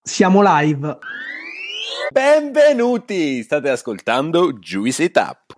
Siamo live. Benvenuti! State ascoltando Juicy Tap.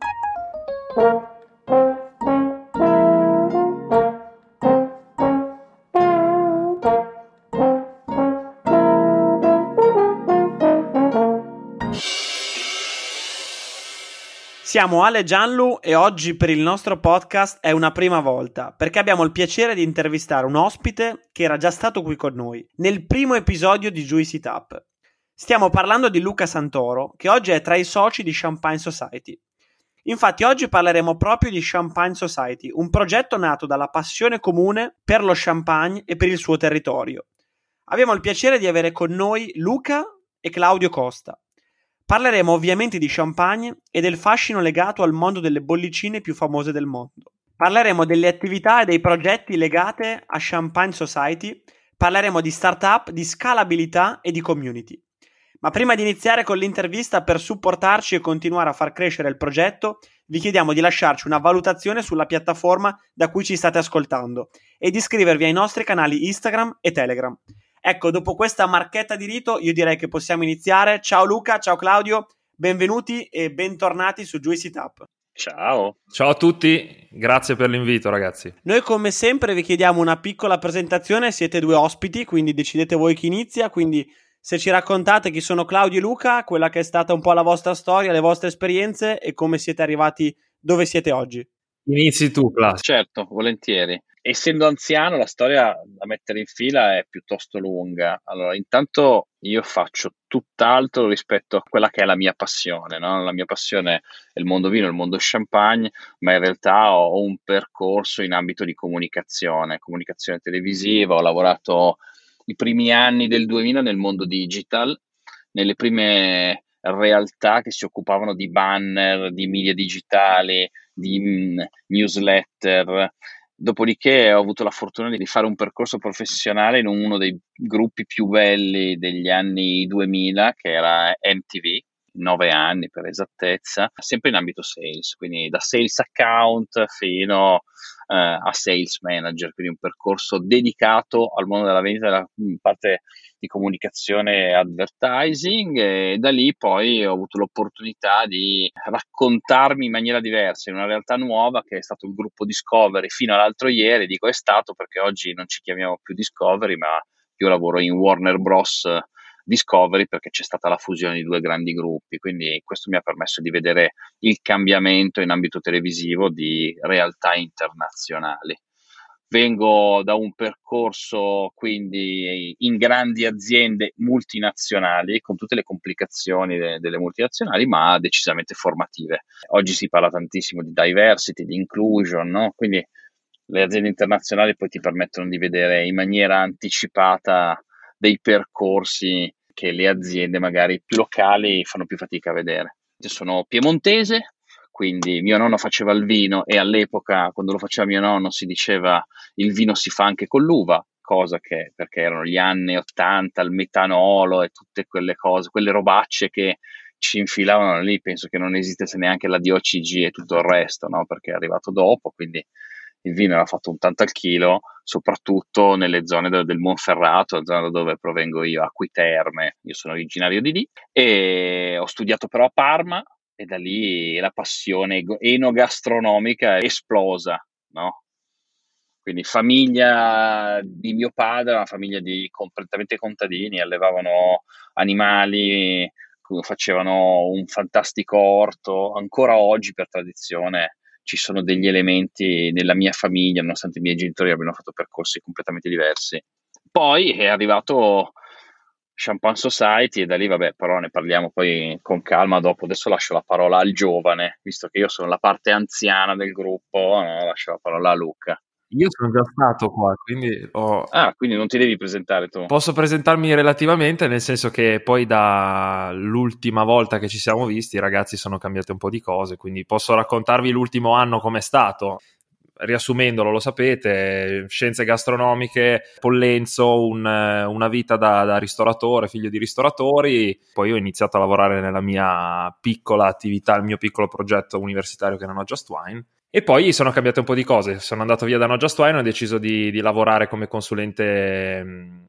Siamo Ale e Gianlu e oggi per il nostro podcast è una prima volta, perché abbiamo il piacere di intervistare un ospite che era già stato qui con noi, nel primo episodio di Juicy Tap. Stiamo parlando di Luca Santoro, che oggi è tra i soci di Champagne Society. Infatti oggi parleremo proprio di Champagne Society, un progetto nato dalla passione comune per lo champagne e per il suo territorio. Abbiamo il piacere di avere con noi Luca e Claudio Costa. Parleremo ovviamente di champagne e del fascino legato al mondo delle bollicine più famose del mondo. Parleremo delle attività e dei progetti legate a Champagne Society, parleremo di startup, di scalabilità e di community. Ma prima di iniziare con l'intervista, per supportarci e continuare a far crescere il progetto, vi chiediamo di lasciarci una valutazione sulla piattaforma da cui ci state ascoltando e di iscrivervi ai nostri canali Instagram e Telegram. Ecco, dopo questa marchetta di rito, io direi che possiamo iniziare. Ciao Luca, ciao Claudio, benvenuti e bentornati su Juicy Tap. Ciao. Ciao a tutti, grazie per l'invito ragazzi. Noi come sempre vi chiediamo una piccola presentazione, siete due ospiti, quindi decidete voi chi inizia, quindi se ci raccontate chi sono Claudio e Luca, quella che è stata un po' la vostra storia, le vostre esperienze e come siete arrivati dove siete oggi. Inizi tu, Class. Certo, volentieri. Essendo anziano, la storia da mettere in fila è piuttosto lunga. Allora, intanto io faccio tutt'altro rispetto a quella che è la mia passione, no? La mia passione è il mondo vino, il mondo champagne, ma in realtà ho un percorso in ambito di comunicazione televisiva. Ho lavorato i primi anni del 2000 nel mondo digital, nelle prime realtà che si occupavano di banner, di media digitali, di newsletter. Dopodiché ho avuto la fortuna di fare un percorso professionale in uno dei gruppi più belli degli anni 2000, che era MTV, 9 anni per esattezza, sempre in ambito sales, quindi da sales account fino a sales manager, quindi un percorso dedicato al mondo della vendita, della parte di comunicazione e advertising, e da lì poi ho avuto l'opportunità di raccontarmi in maniera diversa in una realtà nuova che è stato il gruppo Discovery fino all'altro ieri. Dico è stato perché oggi non ci chiamiamo più Discovery, ma io lavoro in Warner Bros. Discovery perché c'è stata la fusione di due grandi gruppi, quindi questo mi ha permesso di vedere il cambiamento in ambito televisivo di realtà internazionali. Vengo da un percorso quindi in grandi aziende multinazionali, con tutte le complicazioni delle multinazionali, ma decisamente formative. Oggi si parla tantissimo di diversity, di inclusion, no? Quindi le aziende internazionali poi ti permettono di vedere in maniera anticipata dei percorsi che le aziende magari più locali fanno più fatica a vedere. Io sono piemontese, quindi mio nonno faceva il vino e all'epoca, quando lo faceva mio nonno, si diceva il vino si fa anche con l'uva, cosa che, perché erano gli anni 80, il metanolo e tutte quelle cose, quelle robacce che ci infilavano lì. Penso che non esistesse neanche la DOCG e tutto il resto, no? Perché è arrivato dopo, quindi il vino era fatto un tanto al chilo, soprattutto nelle zone del Monferrato, la zona da dove provengo io, Acqui Terme. Io sono originario di lì e ho studiato però a Parma, e da lì la passione enogastronomica è esplosa, no? Quindi famiglia di mio padre, una famiglia di completamente contadini, allevavano animali, facevano un fantastico orto. Ancora oggi per tradizione ci sono degli elementi nella mia famiglia, nonostante i miei genitori abbiano fatto percorsi completamente diversi. Poi è arrivato Champagne Society e da lì, vabbè, però ne parliamo poi con calma dopo. Adesso lascio la parola al giovane, visto che io sono la parte anziana del gruppo, no? Lascio la parola a Luca. Io sono già stato qua, quindi quindi non ti devi presentare tu. posso presentarmi relativamente, nel senso che poi dall'ultima volta che ci siamo visti i ragazzi sono cambiate un po' di cose, quindi posso raccontarvi l'ultimo anno com'è stato. Riassumendolo, lo sapete, scienze gastronomiche, Pollenzo, una vita da ristoratore, figlio di ristoratori. Poi ho iniziato a lavorare nella mia piccola attività, il mio piccolo progetto universitario che era No Just Wine. E poi sono cambiate un po' di cose. Sono andato via da No Just Wine e ho deciso di lavorare come consulente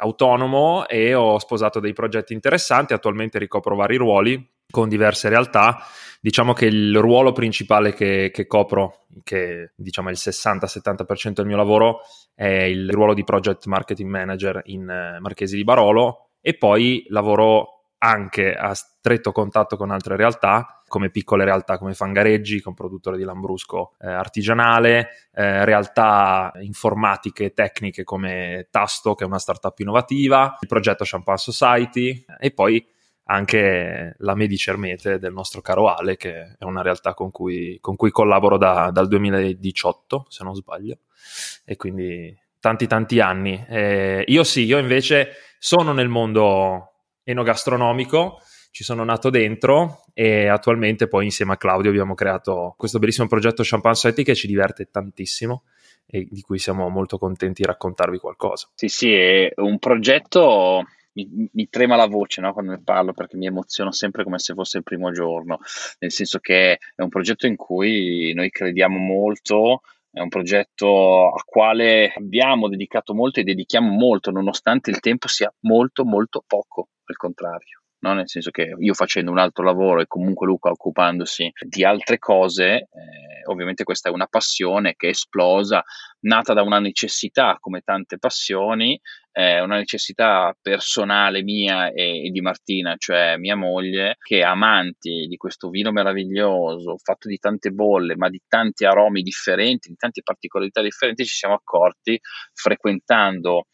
autonomo e ho sposato dei progetti interessanti. Attualmente ricopro vari ruoli con diverse realtà. Diciamo che il ruolo principale che copro, che diciamo è il 60-70% del mio lavoro, è il ruolo di Project Marketing Manager in Marchesi di Barolo, e poi lavoro anche a stretto contatto con altre realtà, come piccole realtà come Fangareggi, che è un produttore di lambrusco artigianale, realtà informatiche e tecniche come Tasto, che è una startup innovativa, il progetto Champagne Society, e poi anche la Medicermete del nostro caro Ale, che è una realtà con cui collaboro dal 2018, se non sbaglio, e quindi tanti anni. Io invece sono nel mondo enogastronomico, ci sono nato dentro, e attualmente poi insieme a Claudio abbiamo creato questo bellissimo progetto Champagne Society che ci diverte tantissimo e di cui siamo molto contenti di raccontarvi qualcosa. Sì, è un progetto, mi trema la voce, no, quando ne parlo, perché mi emoziono sempre come se fosse il primo giorno, nel senso che è un progetto in cui noi crediamo molto, è un progetto al quale abbiamo dedicato molto e dedichiamo molto, nonostante il tempo sia molto poco, al contrario. No? Nel senso che io facendo un altro lavoro e comunque Luca occupandosi di altre cose, ovviamente questa è una passione che è esplosa, nata da una necessità, come tante passioni, una necessità personale mia e di Martina, cioè mia moglie, che amanti di questo vino meraviglioso, fatto di tante bolle, ma di tanti aromi differenti, di tante particolarità differenti, ci siamo accorti frequentando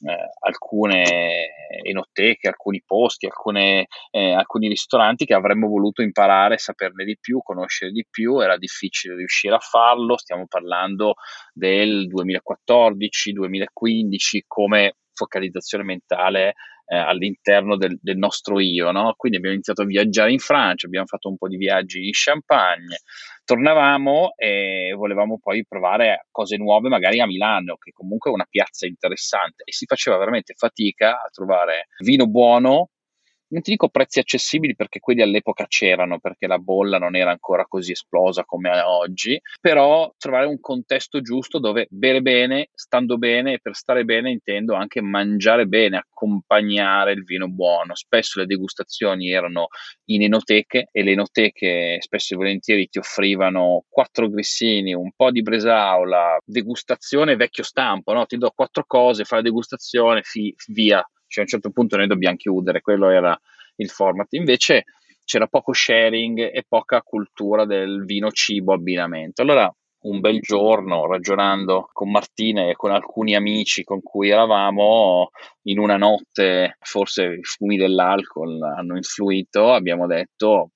alcune enoteche, alcuni posti, alcuni ristoranti, che avremmo voluto imparare, saperne di più, conoscere di più. Era difficile riuscire a farlo, stiamo parlando del 2014-2015 come focalizzazione mentale all'interno del nostro io, no? Quindi abbiamo iniziato a viaggiare in Francia, abbiamo fatto un po' di viaggi in Champagne, tornavamo e volevamo poi provare cose nuove magari a Milano, che comunque è una piazza interessante, e si faceva veramente fatica a trovare vino buono. Non ti dico prezzi accessibili, perché quelli all'epoca c'erano, perché la bolla non era ancora così esplosa come è oggi, però trovare un contesto giusto dove bere bene, stando bene, e per stare bene intendo anche mangiare bene, accompagnare il vino buono. Spesso le degustazioni erano in enoteche, e le enoteche spesso e volentieri ti offrivano 4 grissini, un po' di bresaola, degustazione vecchio stampo, no? Ti do 4 cose, fai la degustazione, via. Cioè, a un certo punto noi dobbiamo chiudere, quello era il format. Invece c'era poco sharing e poca cultura del vino cibo abbinamento. Allora un bel giorno, ragionando con Martina e con alcuni amici con cui eravamo, in una notte forse i fumi dell'alcol hanno influito, abbiamo detto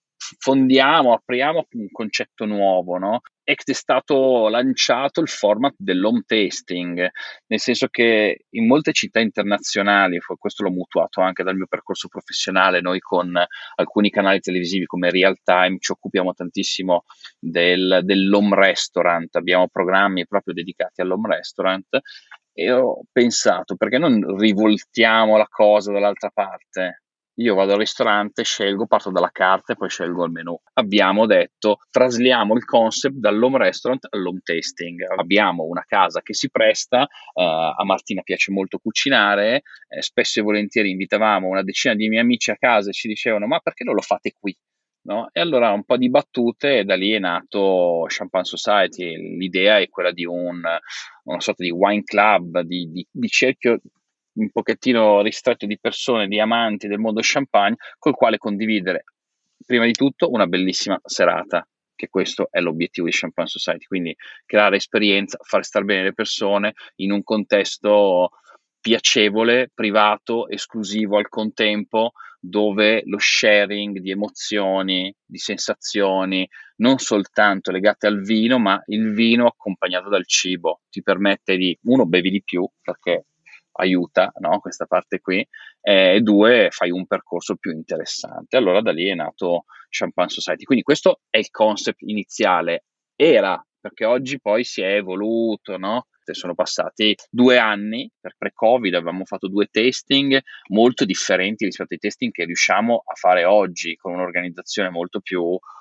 apriamo un concetto nuovo, no? Ed è stato lanciato il format dell'home tasting, nel senso che in molte città internazionali, questo l'ho mutuato anche dal mio percorso professionale, noi con alcuni canali televisivi come Real Time ci occupiamo tantissimo dell'home restaurant, abbiamo programmi proprio dedicati all'home restaurant, e ho pensato, perché non rivoltiamo la cosa dall'altra parte? Io vado al ristorante, parto dalla carta e poi scelgo il menù. Abbiamo detto, trasliamo il concept dall'home restaurant all'home tasting. Abbiamo una casa che si presta, a Martina piace molto cucinare, spesso e volentieri invitavamo una decina di miei amici a casa e ci dicevano: ma perché non lo fate qui? No? E allora un po' di battute, e da lì è nato Champagne Society. L'idea è quella di una sorta di wine club, di cerchio un pochettino ristretto di persone, di amanti del mondo champagne, col quale condividere prima di tutto una bellissima serata, che questo è l'obiettivo di Champagne Society, quindi creare esperienza, far stare bene le persone in un contesto piacevole, privato, esclusivo al contempo, dove lo sharing di emozioni, di sensazioni, non soltanto legate al vino, ma il vino accompagnato dal cibo, ti permette di, uno, bevi di più, perché aiuta, no? Questa parte qui, e due, fai un percorso più interessante. Allora da lì è nato Champagne Society. Quindi questo è il concept iniziale. Era, perché oggi poi si è evoluto, no? Sono passati 2 anni, per pre-Covid avevamo fatto 2 tasting molto differenti rispetto ai tasting che riusciamo a fare oggi, con un'organizzazione molto più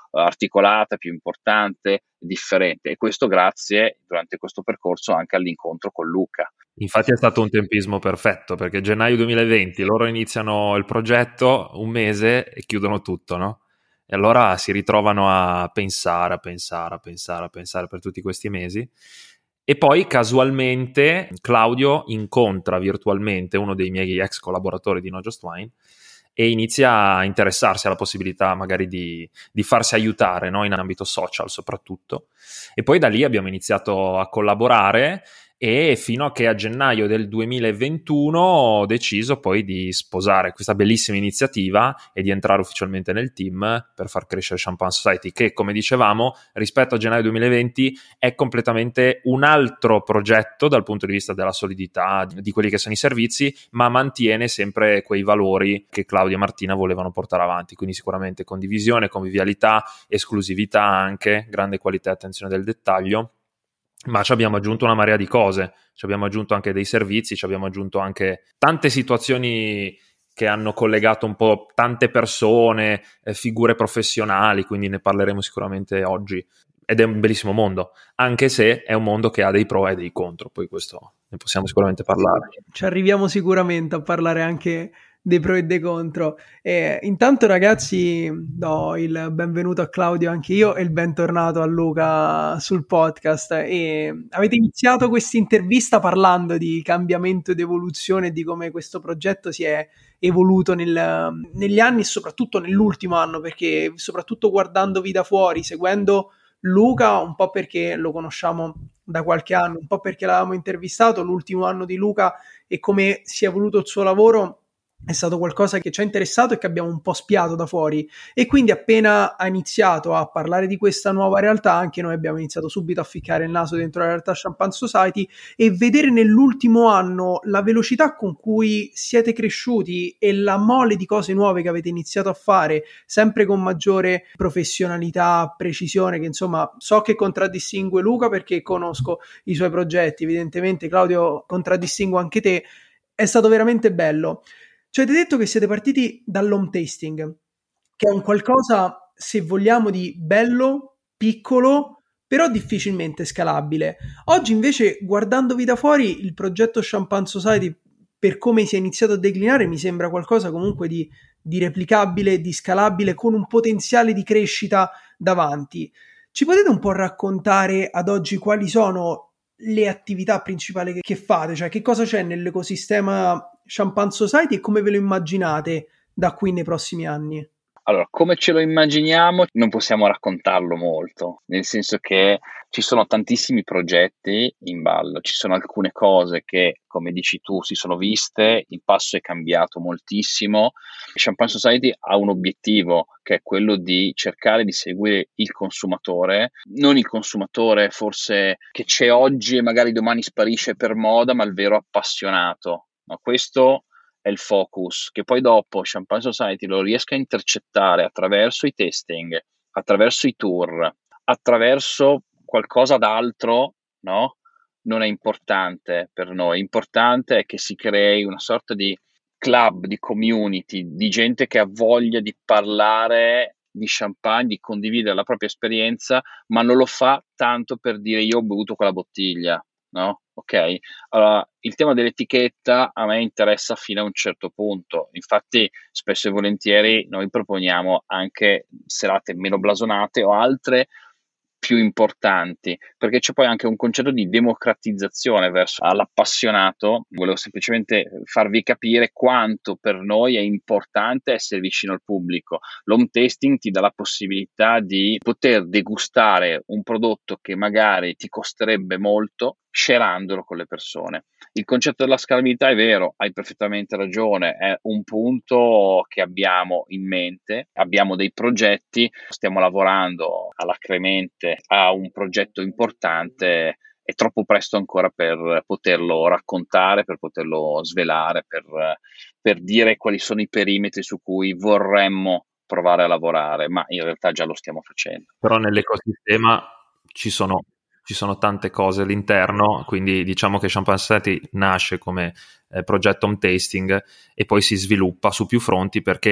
articolata, più importante, differente, e questo grazie durante questo percorso anche all'incontro con Luca. Infatti è stato un tempismo perfetto, perché gennaio 2020 loro iniziano il progetto, un mese e chiudono tutto, no? E allora si ritrovano a pensare per tutti questi mesi. E poi casualmente Claudio incontra virtualmente uno dei miei ex collaboratori di Not Just Wine e inizia a interessarsi alla possibilità magari di farsi aiutare, no? In ambito social soprattutto. E poi da lì abbiamo iniziato a collaborare, e fino a che a gennaio del 2021 ho deciso poi di sposare questa bellissima iniziativa e di entrare ufficialmente nel team per far crescere Champagne Society, che, come dicevamo, rispetto a gennaio 2020 è completamente un altro progetto dal punto di vista della solidità di quelli che sono i servizi, ma mantiene sempre quei valori che Claudio e Martina volevano portare avanti, quindi sicuramente condivisione, convivialità, esclusività, anche grande qualità e attenzione del dettaglio. Ma ci abbiamo aggiunto una marea di cose, ci abbiamo aggiunto anche dei servizi, ci abbiamo aggiunto anche tante situazioni che hanno collegato un po' tante persone, figure professionali, quindi ne parleremo sicuramente oggi. Ed è un bellissimo mondo, anche se è un mondo che ha dei pro e dei contro, poi questo ne possiamo sicuramente parlare. Ci arriviamo sicuramente a parlare anche dei pro e dei contro. Intanto, ragazzi, do il benvenuto a Claudio anche io e il bentornato a Luca sul podcast. E avete iniziato questa intervista parlando di cambiamento ed evoluzione, di come questo progetto si è evoluto negli anni e soprattutto nell'ultimo anno, perché soprattutto guardandovi da fuori, seguendo Luca, un po' perché lo conosciamo da qualche anno, un po' perché l'avevamo intervistato, l'ultimo anno di Luca e come si è evoluto il suo lavoro è stato qualcosa che ci ha interessato e che abbiamo un po' spiato da fuori, e quindi appena ha iniziato a parlare di questa nuova realtà anche noi abbiamo iniziato subito a ficcare il naso dentro la realtà Champagne Society e vedere nell'ultimo anno la velocità con cui siete cresciuti e la mole di cose nuove che avete iniziato a fare, sempre con maggiore professionalità, precisione, che insomma so che contraddistingue Luca perché conosco i suoi progetti, evidentemente Claudio contraddistingue anche te. È stato veramente bello. Ci avete detto che siete partiti dall'home tasting, che è un qualcosa, se vogliamo, di bello, piccolo, però difficilmente scalabile. Oggi invece, guardandovi da fuori, il progetto Champagne Society, per come si è iniziato a declinare, mi sembra qualcosa comunque di replicabile, di scalabile, con un potenziale di crescita davanti. Ci potete un po' raccontare ad oggi quali sono le attività principali che fate? Cioè, che cosa c'è nell'ecosistema Champagne Society e come ve lo immaginate da qui nei prossimi anni? Allora, come ce lo immaginiamo non possiamo raccontarlo molto, nel senso che ci sono tantissimi progetti in ballo, ci sono alcune cose che, come dici tu, si sono viste, il passo è cambiato moltissimo. Champagne Society ha un obiettivo che è quello di cercare di seguire il consumatore, non il consumatore forse che c'è oggi e magari domani sparisce per moda, ma il vero appassionato. Ma questo è il focus, che poi dopo Champagne Society lo riesca a intercettare attraverso i testing, attraverso i tour, attraverso qualcosa d'altro, no? Non è importante per noi. Importante è che si crei una sorta di club, di community, di gente che ha voglia di parlare di champagne, di condividere la propria esperienza, ma non lo fa tanto per dire io ho bevuto quella bottiglia, no? Ok? Allora, il tema dell'etichetta a me interessa fino a un certo punto, infatti spesso e volentieri noi proponiamo anche serate meno blasonate o altre più importanti, perché c'è poi anche un concetto di democratizzazione verso l'appassionato. Volevo semplicemente farvi capire quanto per noi è importante essere vicino al pubblico. L'home tasting ti dà la possibilità di poter degustare un prodotto che magari ti costerebbe molto, shareandolo con le persone. Il concetto della scalabilità è vero, hai perfettamente ragione, è un punto che abbiamo in mente, abbiamo dei progetti, stiamo lavorando alacremente a un progetto importante, è troppo presto ancora per poterlo raccontare, per poterlo svelare, per dire quali sono i perimetri su cui vorremmo provare a lavorare, ma in realtà già lo stiamo facendo. Però nell'ecosistema ci sono tante cose all'interno, quindi diciamo che Champagne Society nasce come progetto home tasting e poi si sviluppa su più fronti, perché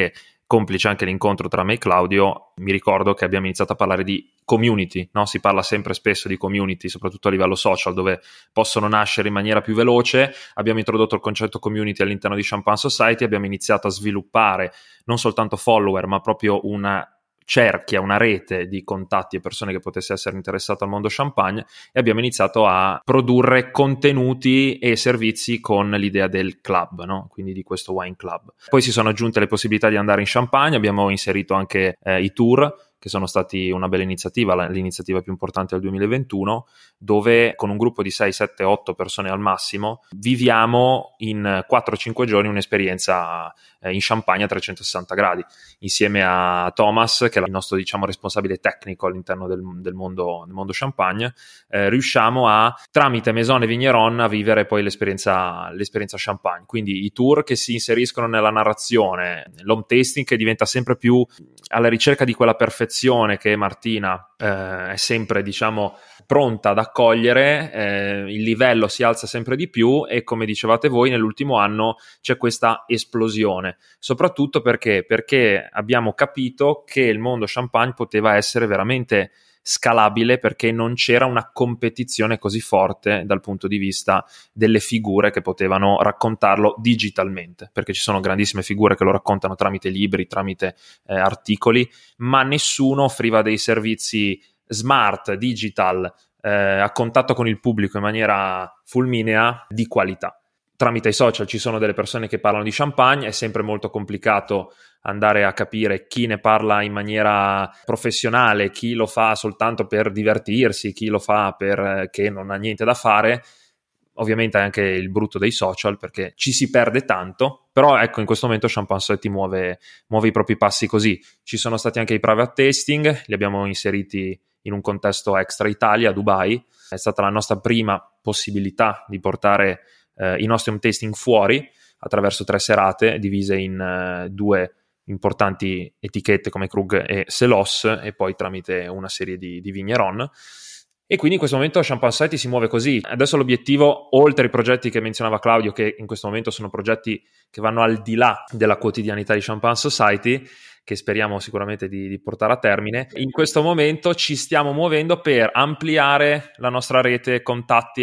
complice anche l'incontro tra me e Claudio, mi ricordo che abbiamo iniziato a parlare di community, no? Si parla sempre spesso di community, soprattutto a livello social, dove possono nascere in maniera più veloce. Abbiamo introdotto il concetto community all'interno di Champagne Society, abbiamo iniziato a sviluppare non soltanto follower, ma proprio una cerchia, una rete di contatti e persone che potesse essere interessate al mondo champagne, e abbiamo iniziato a produrre contenuti e servizi con l'idea del club, no? Quindi di questo wine club. Poi si sono aggiunte le possibilità di andare in Champagne, abbiamo inserito anche i tour, che sono stati una bella iniziativa, l'iniziativa più importante del 2021, dove con un gruppo di 6, 7, 8 persone al massimo viviamo in 4-5 giorni un'esperienza in Champagne a 360 gradi, insieme a Thomas, che è il nostro, diciamo, responsabile tecnico all'interno del mondo Champagne. Riusciamo a, tramite Maison et Vigneron, a vivere poi l'esperienza Champagne, quindi i tour che si inseriscono nella narrazione, l'home tasting che diventa sempre più alla ricerca di quella perfezione che Martina è sempre, diciamo, pronta ad accogliere. Il livello si alza sempre di più e, come dicevate voi, nell'ultimo anno c'è questa esplosione, soprattutto perché abbiamo capito che il mondo champagne poteva essere veramente scalabile, perché non c'era una competizione così forte dal punto di vista delle figure che potevano raccontarlo digitalmente, perché ci sono grandissime figure che lo raccontano tramite libri, tramite articoli, ma nessuno offriva dei servizi smart, digital, a contatto con il pubblico in maniera fulminea, di qualità. Tramite i social ci sono delle persone che parlano di champagne, è sempre molto complicato andare a capire chi ne parla in maniera professionale, chi lo fa soltanto per divertirsi, chi lo fa perché non ha niente da fare. Ovviamente è anche il brutto dei social, perché ci si perde tanto, però ecco, in questo momento Champagne Society muove i propri passi così. Ci sono stati anche i private tasting, li abbiamo inseriti in un contesto extra Italia, a Dubai. È stata la nostra prima possibilità di portare i nostri home tasting fuori, attraverso 3 serate divise in 2 importanti etichette come Krug e Selos, e poi tramite una serie di vigneron. E quindi in questo momento Champagne Society si muove così. Adesso l'obiettivo, oltre ai progetti che menzionava Claudio, che in questo momento sono progetti che vanno al di là della quotidianità di Champagne Society, che speriamo sicuramente di portare a termine, in questo momento ci stiamo muovendo per ampliare la nostra rete contatti,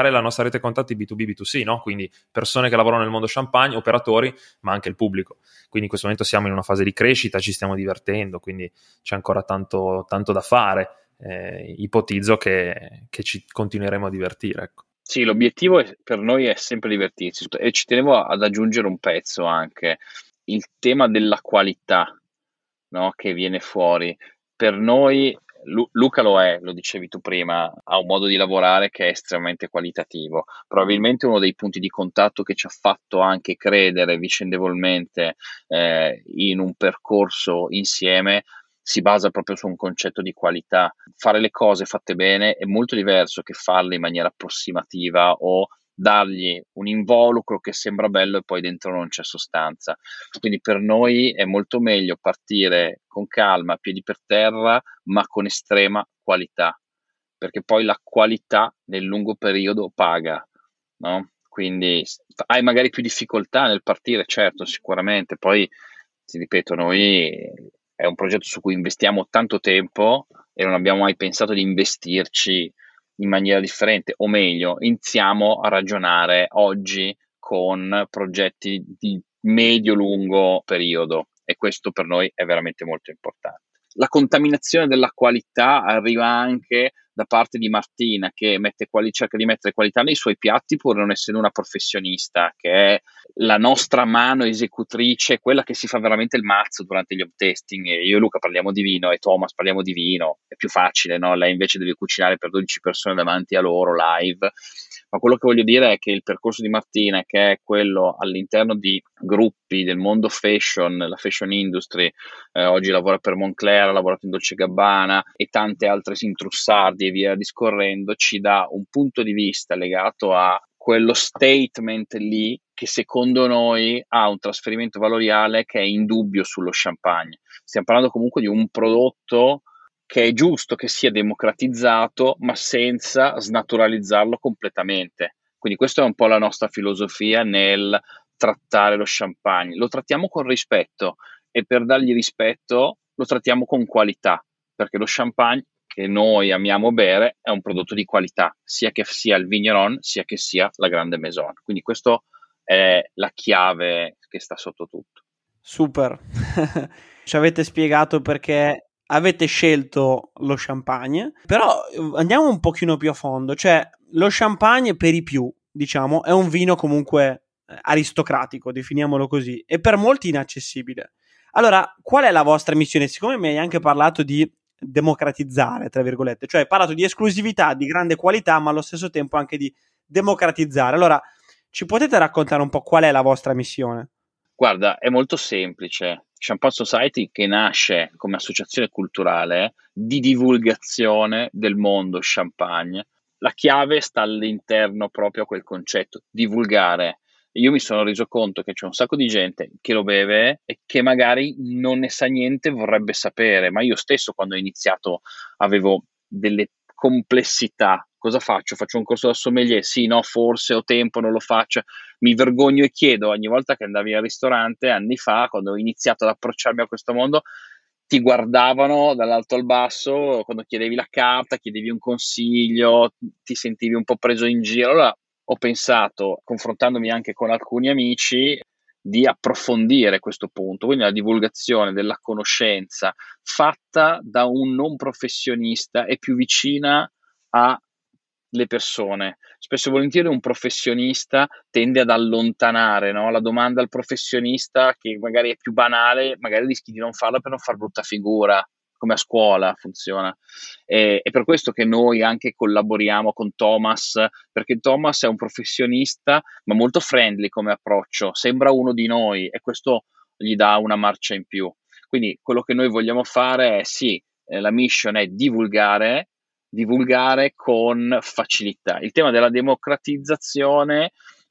B2B, B2C, no? Quindi persone che lavorano nel mondo champagne, operatori, ma anche il pubblico. Quindi in questo momento siamo in una fase di crescita, ci stiamo divertendo, quindi c'è ancora tanto da fare. Ipotizzo che ci continueremo a divertire, ecco. Sì, l'obiettivo per noi è sempre divertirci, e ci tenevo ad aggiungere un pezzo anche, il tema della qualità, no, che viene fuori. Per noi, Luca lo dicevi tu prima, ha un modo di lavorare che è estremamente qualitativo. Probabilmente uno dei punti di contatto che ci ha fatto anche credere vicendevolmente in un percorso insieme si basa proprio su un concetto di qualità. Fare le cose fatte bene è molto diverso che farle in maniera approssimativa o dargli un involucro che sembra bello e poi dentro non c'è sostanza. Quindi per noi è molto meglio partire con calma, piedi per terra, ma con estrema qualità, perché poi la qualità nel lungo periodo paga, no? Quindi hai magari più difficoltà nel partire, certo, sicuramente, poi ti ripeto, noi è un progetto su cui investiamo tanto tempo e non abbiamo mai pensato di investirci in maniera differente, o meglio, iniziamo a ragionare oggi con progetti di medio-lungo periodo, e questo per noi è veramente molto importante. La contaminazione della qualità arriva anche da parte di Martina, che cerca di mettere qualità nei suoi piatti pur non essendo una professionista, che è la nostra mano esecutrice, quella che si fa veramente il mazzo durante gli home tasting. Io e Luca parliamo di vino e Thomas parliamo di vino, è più facile, no? Lei invece deve cucinare per 12 persone davanti a loro live. Ma quello che voglio dire è che il percorso di Martina, che è quello all'interno di gruppi del mondo fashion, la fashion industry, oggi lavora per Moncler, ha lavorato in Dolce & Gabbana e tante altre Intrussardi e via discorrendo, ci dà un punto di vista legato a quello statement lì che secondo noi ha un trasferimento valoriale che è indubbio sullo champagne. Stiamo parlando comunque di un prodotto che è giusto che sia democratizzato, ma senza snaturalizzarlo completamente. Quindi questa è un po' la nostra filosofia nel trattare lo champagne. Lo trattiamo con rispetto e per dargli rispetto lo trattiamo con qualità, perché lo champagne che noi amiamo bere è un prodotto di qualità, sia che sia il Vigneron, sia che sia la Grande Maison. Quindi questo è la chiave che sta sotto tutto. Super. Ci avete spiegato perché avete scelto lo champagne, però andiamo un pochino più a fondo, cioè lo champagne per i più, diciamo, è un vino comunque aristocratico, definiamolo così, e per molti inaccessibile. Allora, qual è la vostra missione? Siccome mi hai anche parlato di democratizzare, tra virgolette, cioè hai parlato di esclusività, di grande qualità, ma allo stesso tempo anche di democratizzare. Allora, ci potete raccontare un po' qual è la vostra missione? Guarda, è molto semplice. Champagne Society, che nasce come associazione culturale di divulgazione del mondo champagne, la chiave sta all'interno proprio a quel concetto, divulgare. Io mi sono reso conto che c'è un sacco di gente che lo beve e che magari non ne sa niente, vorrebbe sapere, ma io stesso quando ho iniziato avevo delle complessità. Cosa faccio? Faccio un corso da sommelier? Sì, no, forse ho tempo, non lo faccio. Mi vergogno e chiedo ogni volta che andavi al ristorante, anni fa, quando ho iniziato ad approcciarmi a questo mondo, ti guardavano dall'alto al basso, quando chiedevi la carta, chiedevi un consiglio, ti sentivi un po' preso in giro. Allora ho pensato, confrontandomi anche con alcuni amici, di approfondire questo punto, quindi la divulgazione della conoscenza fatta da un non professionista è più vicina alle persone. Spesso e volentieri un professionista tende ad allontanare, no? La domanda al professionista, che magari è più banale, magari rischi di non farla per non far brutta figura, come a scuola funziona. È per questo che noi anche collaboriamo con Thomas, perché Thomas è un professionista ma molto friendly come approccio, sembra uno di noi e questo gli dà una marcia in più. Quindi quello che noi vogliamo fare è sì, la mission è divulgare con facilità. Il tema della democratizzazione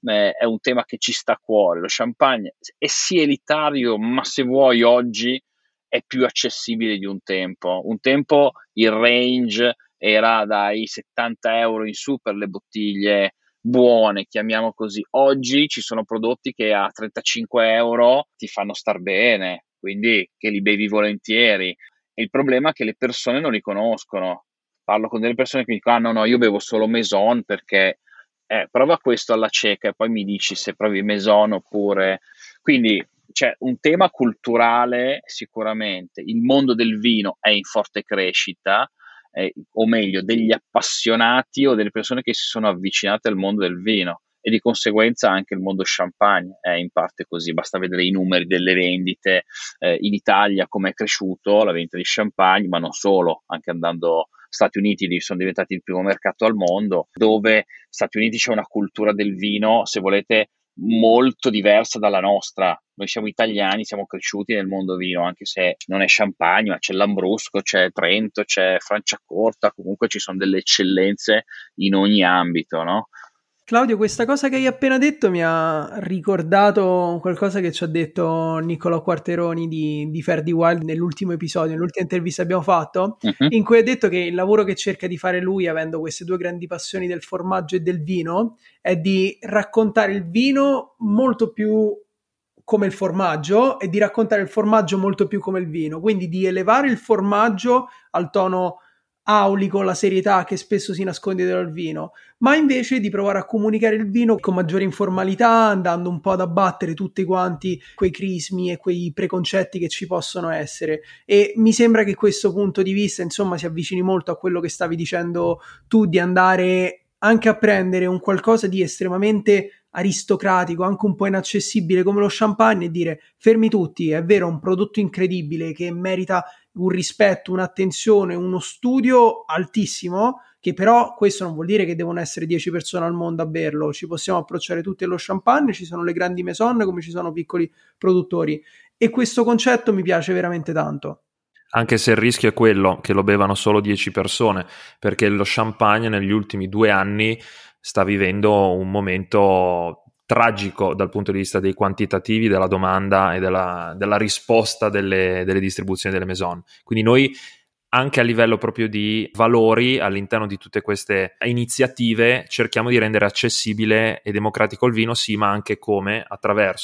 è un tema che ci sta a cuore. Lo champagne è sì elitario, ma se vuoi oggi è più accessibile di un tempo. Un tempo il range era dai 70 euro in su per le bottiglie buone, chiamiamo così. Oggi ci sono prodotti che a 35 euro ti fanno star bene, quindi che li bevi volentieri. E il problema è che le persone non li conoscono. Parlo con delle persone che mi dicono: ah no, io bevo solo Maison perché prova questo alla cieca e poi mi dici se provi Maison oppure... Quindi c'è un tema culturale sicuramente, il mondo del vino è in forte crescita, o meglio degli appassionati o delle persone che si sono avvicinate al mondo del vino e di conseguenza anche il mondo champagne è in parte così, basta vedere i numeri delle vendite in Italia, come è cresciuto la vendita di champagne, ma non solo, anche andando Stati Uniti sono diventati il primo mercato al mondo, dove Stati Uniti c'è una cultura del vino, se volete, molto diversa dalla nostra. Noi siamo italiani, siamo cresciuti nel mondo vino, anche se non è champagne, ma c'è l'Ambrusco, c'è Trento, c'è Franciacorta, comunque ci sono delle eccellenze in ogni ambito, no? Claudio, questa cosa che hai appena detto mi ha ricordato qualcosa che ci ha detto Niccolò Quarteroni di Fair di Wild nell'ultimo episodio, nell'ultima intervista che abbiamo fatto, in cui ha detto che il lavoro che cerca di fare lui, avendo queste due grandi passioni del formaggio e del vino, è di raccontare il vino molto più come il formaggio e di raccontare il formaggio molto più come il vino, quindi di elevare il formaggio al tono aulico, la serietà che spesso si nasconde dietro al vino, ma invece di provare a comunicare il vino con maggiore informalità, andando un po' ad abbattere tutti quanti quei crismi e quei preconcetti che ci possono essere. E mi sembra che questo punto di vista, insomma, si avvicini molto a quello che stavi dicendo tu, di andare anche a prendere un qualcosa di estremamente aristocratico, anche un po' inaccessibile come lo champagne, e dire: fermi tutti, è vero, è un prodotto incredibile che merita un rispetto, un'attenzione, uno studio altissimo, che però questo non vuol dire che devono essere 10 persone al mondo a berlo, ci possiamo approcciare tutti allo champagne, ci sono le grandi maison come ci sono piccoli produttori, e questo concetto mi piace veramente tanto. Anche se il rischio è quello che lo bevano solo 10 persone, perché lo champagne negli ultimi 2 anni sta vivendo un momento tragico dal punto di vista dei quantitativi, della domanda e della risposta delle distribuzioni delle maison. Quindi noi, anche a livello proprio di valori, all'interno di tutte queste iniziative cerchiamo di rendere accessibile e democratico il vino, sì, ma anche come attraverso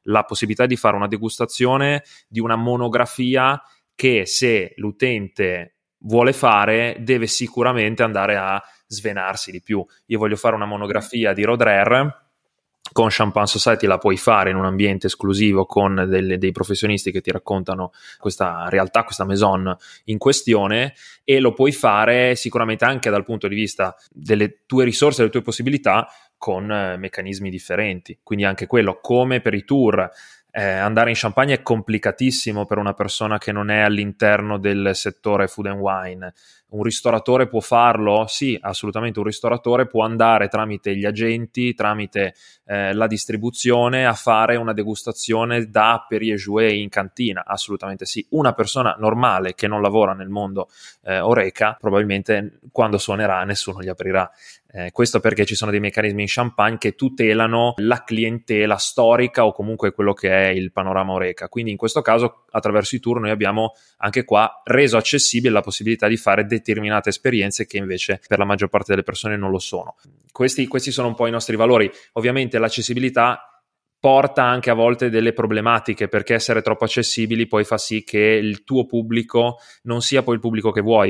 la possibilità di fare una degustazione di una monografia che, se l'utente vuole fare, deve sicuramente andare a svenarsi di più. Io voglio fare una monografia di Roederer con Champagne Society, la puoi fare in un ambiente esclusivo con dei professionisti che ti raccontano questa realtà, questa maison in questione, e lo puoi fare sicuramente anche dal punto di vista delle tue risorse, delle tue possibilità, con meccanismi differenti. Quindi anche quello, come per i tour, andare in Champagne è complicatissimo per una persona che non è all'interno del settore food and wine. Un ristoratore può farlo? Sì, assolutamente. Un ristoratore può andare tramite gli agenti, tramite la distribuzione, a fare una degustazione da Perrier Jouet in cantina. Assolutamente sì. Una persona normale che non lavora nel mondo Horeca, probabilmente quando suonerà nessuno gli aprirà. Questo perché ci sono dei meccanismi in Champagne che tutelano la clientela storica o comunque quello che è il panorama Horeca. Quindi in questo caso, attraverso i tour, noi abbiamo anche qua reso accessibile la possibilità di fare determinate esperienze che invece per la maggior parte delle persone non lo sono. Questi sono un po' i nostri valori. Ovviamente l'accessibilità porta anche a volte delle problematiche, perché essere troppo accessibili poi fa sì che il tuo pubblico non sia poi il pubblico che vuoi.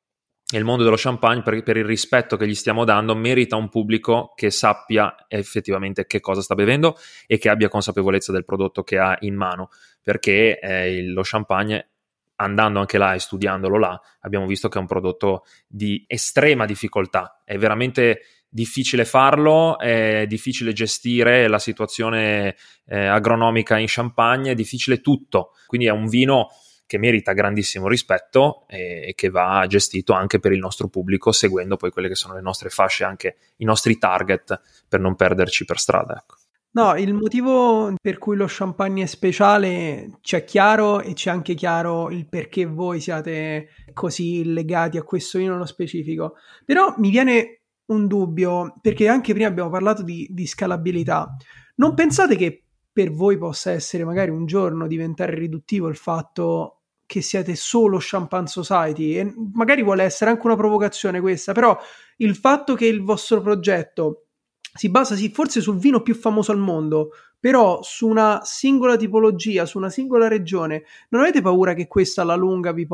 E il mondo dello champagne, per il rispetto che gli stiamo dando, merita un pubblico che sappia effettivamente che cosa sta bevendo e che abbia consapevolezza del prodotto che ha in mano, perché lo champagne, andando anche là e studiandolo là, abbiamo visto che è un prodotto di estrema difficoltà. È veramente difficile farlo, è difficile gestire la situazione agronomica in Champagne, è difficile tutto. Quindi è un vino che merita grandissimo rispetto e che va gestito anche per il nostro pubblico, seguendo poi quelle che sono le nostre fasce, anche i nostri target, per non perderci per strada, ecco. No, il motivo per cui lo champagne è speciale c'è chiaro, e c'è anche chiaro il perché voi siate così legati a questo vino nello specifico. Però mi viene un dubbio, perché anche prima abbiamo parlato di scalabilità. Non pensate che per voi possa essere magari un giorno diventare riduttivo il fatto che siete solo Champagne Society? E magari vuole essere anche una provocazione questa, però il fatto che il vostro progetto si basa forse sul vino più famoso al mondo, però su una singola tipologia, su una singola regione, non avete paura che questo alla lunga vi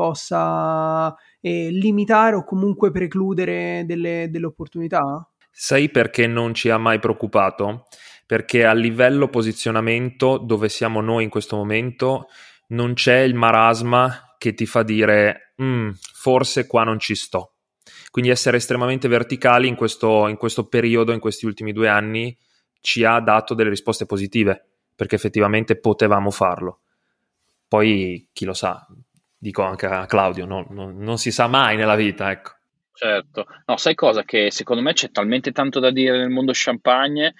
possa limitare o comunque precludere delle opportunità? Sai perché non ci ha mai preoccupato? Perché a livello posizionamento, dove siamo noi in questo momento, non c'è il marasma che ti fa dire forse qua non ci sto. Quindi essere estremamente verticali in questo periodo, in questi ultimi 2 anni, ci ha dato delle risposte positive, perché effettivamente potevamo farlo. Poi chi lo sa, dico anche a Claudio, non si sa mai nella vita, ecco. Certo. No, sai cosa? Che secondo me c'è talmente tanto da dire nel mondo champagne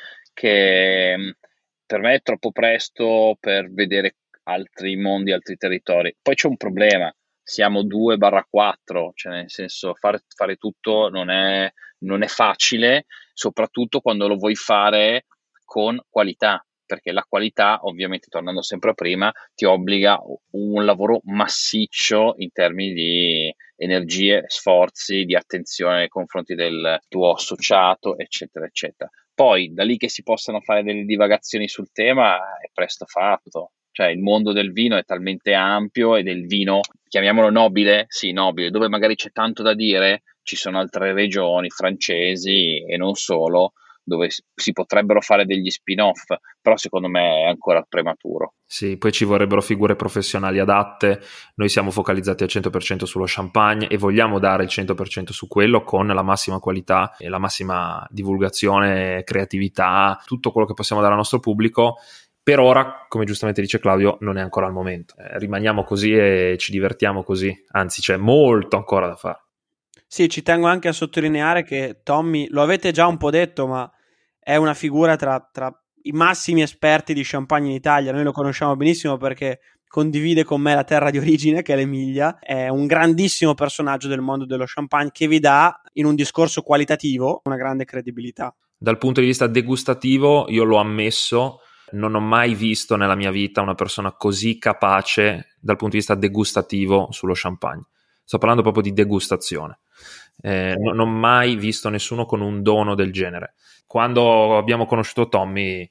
che per me è troppo presto per vedere altri mondi, altri territori. Poi c'è un problema, siamo 2/4, cioè nel senso fare tutto non è facile, soprattutto quando lo vuoi fare con qualità, perché la qualità, ovviamente, tornando sempre a prima, ti obbliga un lavoro massiccio in termini di energie, sforzi, di attenzione nei confronti del tuo associato, eccetera, eccetera. Poi, da lì che si possano fare delle divagazioni sul tema, è presto fatto. Cioè, il mondo del vino è talmente ampio, e del vino, chiamiamolo nobile, sì, nobile, dove magari c'è tanto da dire, ci sono altre regioni francesi e non solo, dove si potrebbero fare degli spin-off, però secondo me è ancora prematuro. Sì, poi ci vorrebbero figure professionali adatte. Noi siamo focalizzati al 100% sullo champagne e vogliamo dare il 100% su quello, con la massima qualità e la massima divulgazione, creatività, tutto quello che possiamo dare al nostro pubblico. Per ora, come giustamente dice Claudio, non è ancora il momento. Rimaniamo così e ci divertiamo così, anzi c'è molto ancora da fare. Sì, ci tengo anche a sottolineare che Tommy, lo avete già un po' detto, ma è una figura tra i massimi esperti di champagne in Italia. Noi lo conosciamo benissimo perché condivide con me la terra di origine, che è l'Emilia. È un grandissimo personaggio del mondo dello champagne, che vi dà, in un discorso qualitativo, una grande credibilità. Dal punto di vista degustativo, io l'ho ammesso, non ho mai visto nella mia vita una persona così capace dal punto di vista degustativo sullo champagne. Sto parlando proprio di degustazione. Non ho mai visto nessuno con un dono del genere. Quando abbiamo conosciuto Tommy,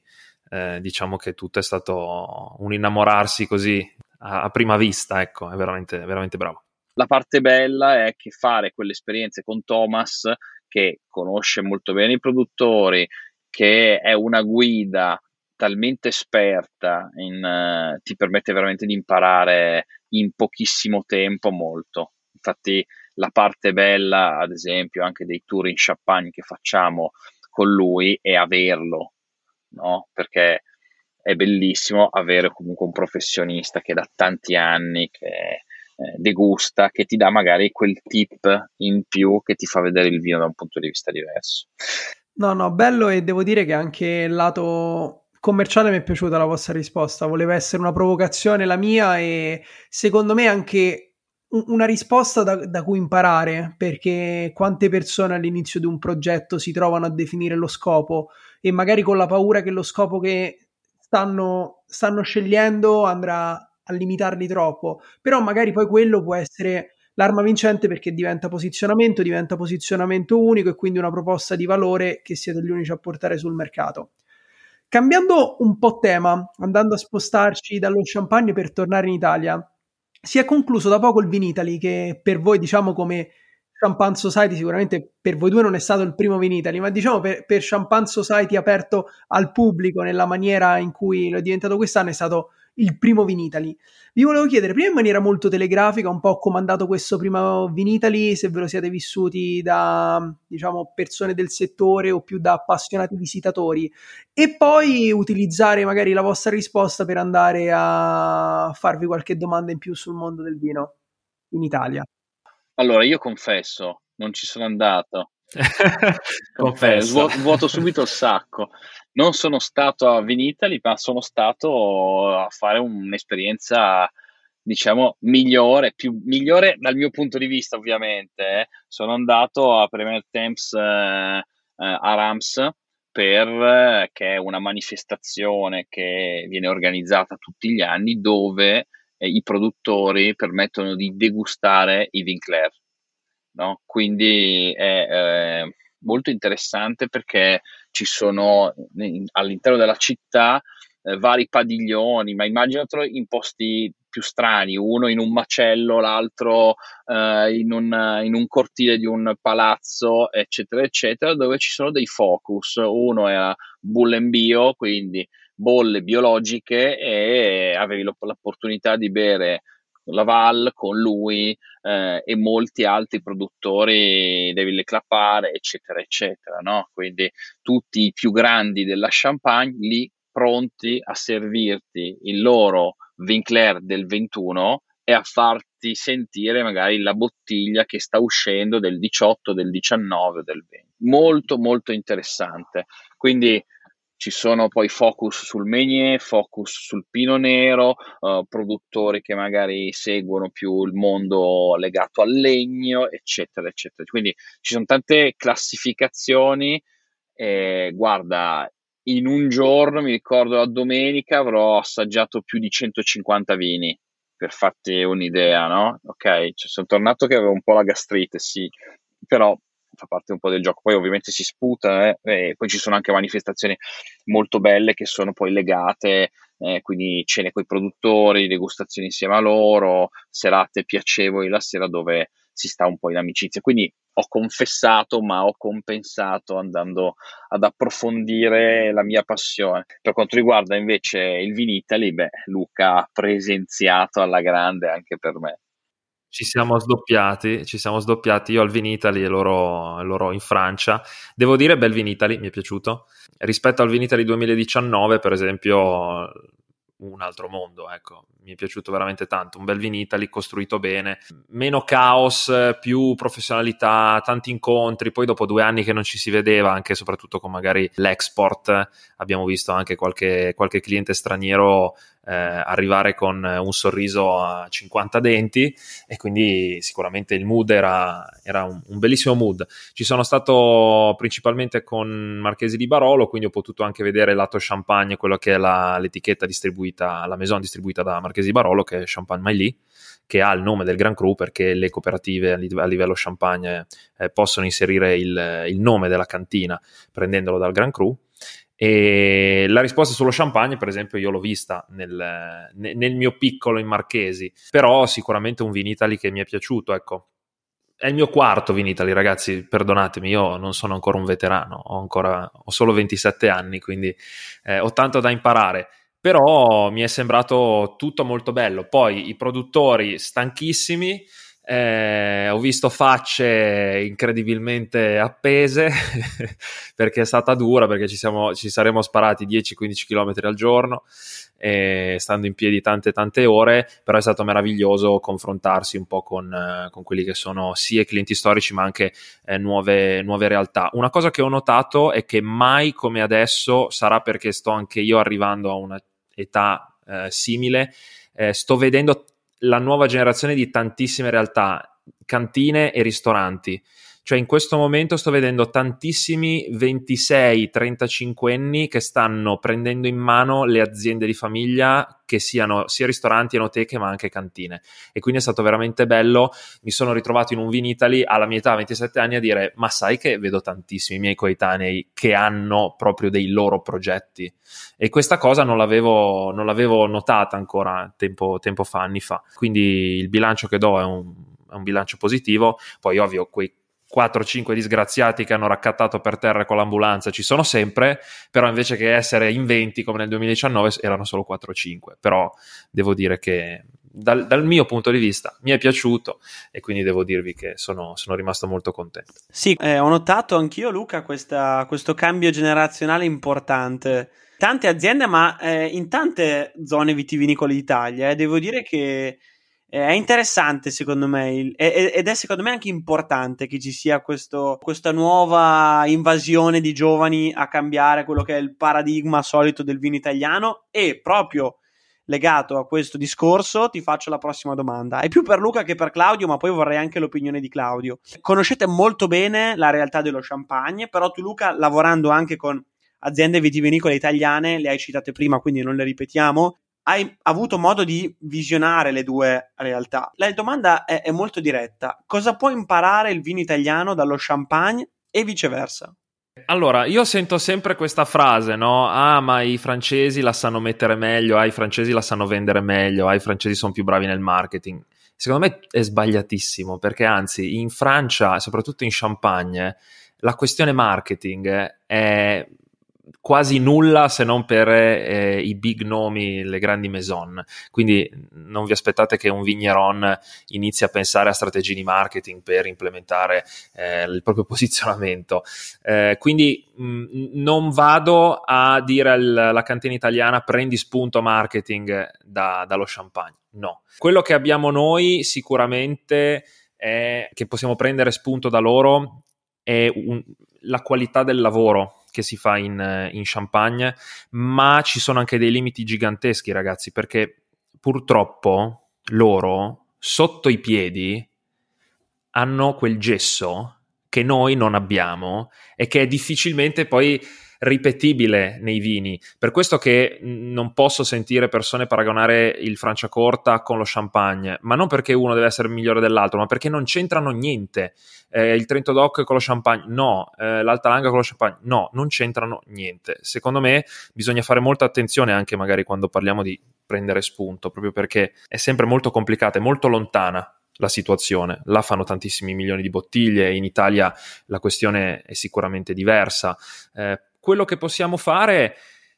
diciamo che tutto è stato un innamorarsi così a prima vista, ecco, è veramente, veramente bravo. La parte bella è che fare quelle esperienze con Thomas, che conosce molto bene i produttori, che è una guida talmente esperta, ti permette veramente di imparare in pochissimo tempo molto. Infatti la parte bella, ad esempio, anche dei tour in Champagne che facciamo con lui è averlo, no? Perché è bellissimo avere comunque un professionista che da tanti anni che degusta, che ti dà magari quel tip in più che ti fa vedere il vino da un punto di vista diverso. No, bello, e devo dire che anche il lato commerciale mi è piaciuta la vostra risposta, voleva essere una provocazione la mia e secondo me anche una risposta da cui imparare, perché quante persone all'inizio di un progetto si trovano a definire lo scopo e magari con la paura che lo scopo che stanno scegliendo andrà a limitarli troppo, però magari poi quello può essere l'arma vincente perché diventa posizionamento unico e quindi una proposta di valore che siete gli unici a portare sul mercato. Cambiando un po' tema, andando a spostarci dallo Champagne per tornare in Italia, si è concluso da poco il Vinitaly, che per voi, diciamo, come Champagne Society, sicuramente per voi due non è stato il primo Vinitaly, ma diciamo per Champagne Society aperto al pubblico nella maniera in cui lo è diventato quest'anno è stato il primo Vinitaly. Vi volevo chiedere, prima in maniera molto telegrafica, un po' come è andato questo primo Vinitaly, se ve lo siete vissuti da, diciamo, persone del settore o più da appassionati visitatori, e poi utilizzare magari la vostra risposta per andare a farvi qualche domanda in più sul mondo del vino in Italia. Allora, io confesso, non ci sono andato. Confesso. Vuoto subito il sacco. Non sono stato a Vinitaly, ma sono stato a fare un'esperienza, diciamo, migliore dal mio punto di vista, ovviamente. Sono andato a Premier Temps a Rams, che è una manifestazione che viene organizzata tutti gli anni, dove i produttori permettono di degustare i Vinclair, no? Quindi è molto interessante perché ci sono all'interno della città vari padiglioni, ma immaginatelo in posti più strani, uno in un macello, l'altro in un cortile di un palazzo, eccetera, eccetera, dove ci sono dei focus. Uno è a Bull & Bio, quindi bolle biologiche, e avevi l'opportunità di bere Laval con lui e molti altri produttori, David Leclapare, eccetera, eccetera, no? Quindi tutti i più grandi della Champagne lì pronti a servirti il loro Vinclair del 21 e a farti sentire magari la bottiglia che sta uscendo del 18, del 19, del 20. Molto, molto interessante. Quindi ci sono poi focus sul Meunier, focus sul Pinot Nero, produttori che magari seguono più il mondo legato al legno, eccetera, eccetera. Quindi ci sono tante classificazioni. Guarda, in un giorno, mi ricordo la domenica, avrò assaggiato più di 150 vini, per farti un'idea, no? Ok, sono tornato che avevo un po' la gastrite, sì, però fa parte un po' del gioco. Poi ovviamente si sputa, e poi ci sono anche manifestazioni molto belle che sono poi legate, quindi cene coi produttori, degustazioni insieme a loro, serate piacevoli la sera dove si sta un po' in amicizia. Quindi ho confessato, ma ho compensato andando ad approfondire la mia passione. Per quanto riguarda invece il Vinitaly, Luca ha presenziato alla grande anche per me. Ci siamo sdoppiati, io al Vinitaly e loro in Francia. Devo dire, bel Vinitaly, mi è piaciuto. Rispetto al Vinitaly 2019, per esempio, un altro mondo, ecco. Mi è piaciuto veramente tanto, un bel Vinitaly costruito bene, meno caos, più professionalità, tanti incontri. Poi dopo 2 anni che non ci si vedeva, anche e soprattutto con magari l'export, abbiamo visto anche qualche cliente straniero arrivare con un sorriso a 50 denti, e quindi sicuramente il mood era un bellissimo mood. Ci sono stato principalmente con Marchesi di Barolo, quindi ho potuto anche vedere lato Champagne, quello che è l'etichetta distribuita, la maison distribuita da Marchesi di Barolo, che è Champagne Mailly, che ha il nome del Grand Cru perché le cooperative a livello Champagne possono inserire il nome della cantina prendendolo dal Grand Cru. E la risposta sullo champagne, per esempio, io l'ho vista nel mio piccolo in Marchesi, però sicuramente un Vinitaly che mi è piaciuto, ecco. È il mio quarto Vinitaly, ragazzi, perdonatemi, io non sono ancora un veterano, ho solo 27 anni, quindi ho tanto da imparare, però mi è sembrato tutto molto bello. Poi i produttori stanchissimi, ho visto facce incredibilmente appese perché è stata dura, perché ci saremo sparati 10-15 km al giorno, stando in piedi tante ore, però è stato meraviglioso confrontarsi un po' con quelli che sono sia i clienti storici ma anche nuove realtà. Una cosa che ho notato è che mai come adesso, sarà perché sto anche io arrivando a una età simile, sto vedendo la nuova generazione di tantissime realtà, cantine e ristoranti. Cioè in questo momento sto vedendo tantissimi 26-35 anni che stanno prendendo in mano le aziende di famiglia, che siano sia ristoranti, enoteche ma anche cantine, e quindi è stato veramente bello. Mi sono ritrovato in un Vinitaly alla mia età, 27 anni, a dire: ma sai che vedo tantissimi miei coetanei che hanno proprio dei loro progetti, e questa cosa non l'avevo notata ancora tempo fa, anni fa. Quindi il bilancio che do è un bilancio positivo. Poi ovvio quei 4-5 disgraziati che hanno raccattato per terra con l'ambulanza ci sono sempre, però invece che essere in 20 come nel 2019 erano solo 4-5. Però devo dire che dal mio punto di vista mi è piaciuto, e quindi devo dirvi che sono rimasto molto contento. Sì, ho notato anch'io, Luca, questo cambio generazionale importante. Tante aziende, ma in tante zone vitivinicole d'Italia, devo dire che è interessante secondo me, ed è secondo me anche importante che ci sia questa nuova invasione di giovani a cambiare quello che è il paradigma solito del vino italiano. E proprio legato a questo discorso ti faccio la prossima domanda. È più per Luca che per Claudio, ma poi vorrei anche l'opinione di Claudio. Conoscete molto bene la realtà dello champagne, però tu, Luca, lavorando anche con aziende vitivinicole italiane, le hai citate prima, quindi non le ripetiamo, hai avuto modo di visionare le due realtà. La domanda è molto diretta: cosa può imparare il vino italiano dallo champagne e viceversa? Allora, io sento sempre questa frase, no? Ah, ma i francesi la sanno mettere meglio, i francesi la sanno vendere meglio, i francesi sono più bravi nel marketing. Secondo me è sbagliatissimo, perché anzi in Francia, soprattutto in Champagne, la questione marketing è quasi nulla, se non per i big nomi, le grandi maison. Quindi non vi aspettate che un vigneron inizi a pensare a strategie di marketing per implementare il proprio posizionamento. Quindi non vado a dire alla cantina italiana: prendi spunto marketing dallo champagne. No. Quello che abbiamo noi sicuramente è che possiamo prendere spunto da loro è la qualità del lavoro che si fa in Champagne, ma ci sono anche dei limiti giganteschi, ragazzi, perché purtroppo loro sotto i piedi hanno quel gesso che noi non abbiamo e che è difficilmente poi ripetibile nei vini. Per questo che non posso sentire persone paragonare il Franciacorta con lo Champagne, ma non perché uno deve essere migliore dell'altro, ma perché non c'entrano niente. Il Trento Doc con lo Champagne, no. L'Alta Langa con lo Champagne, no, non c'entrano niente. Secondo me bisogna fare molta attenzione anche magari quando parliamo di prendere spunto, proprio perché è sempre molto complicata, è molto lontana la situazione. Là fanno tantissimi milioni di bottiglie, in Italia la questione è sicuramente diversa. Quello che possiamo fare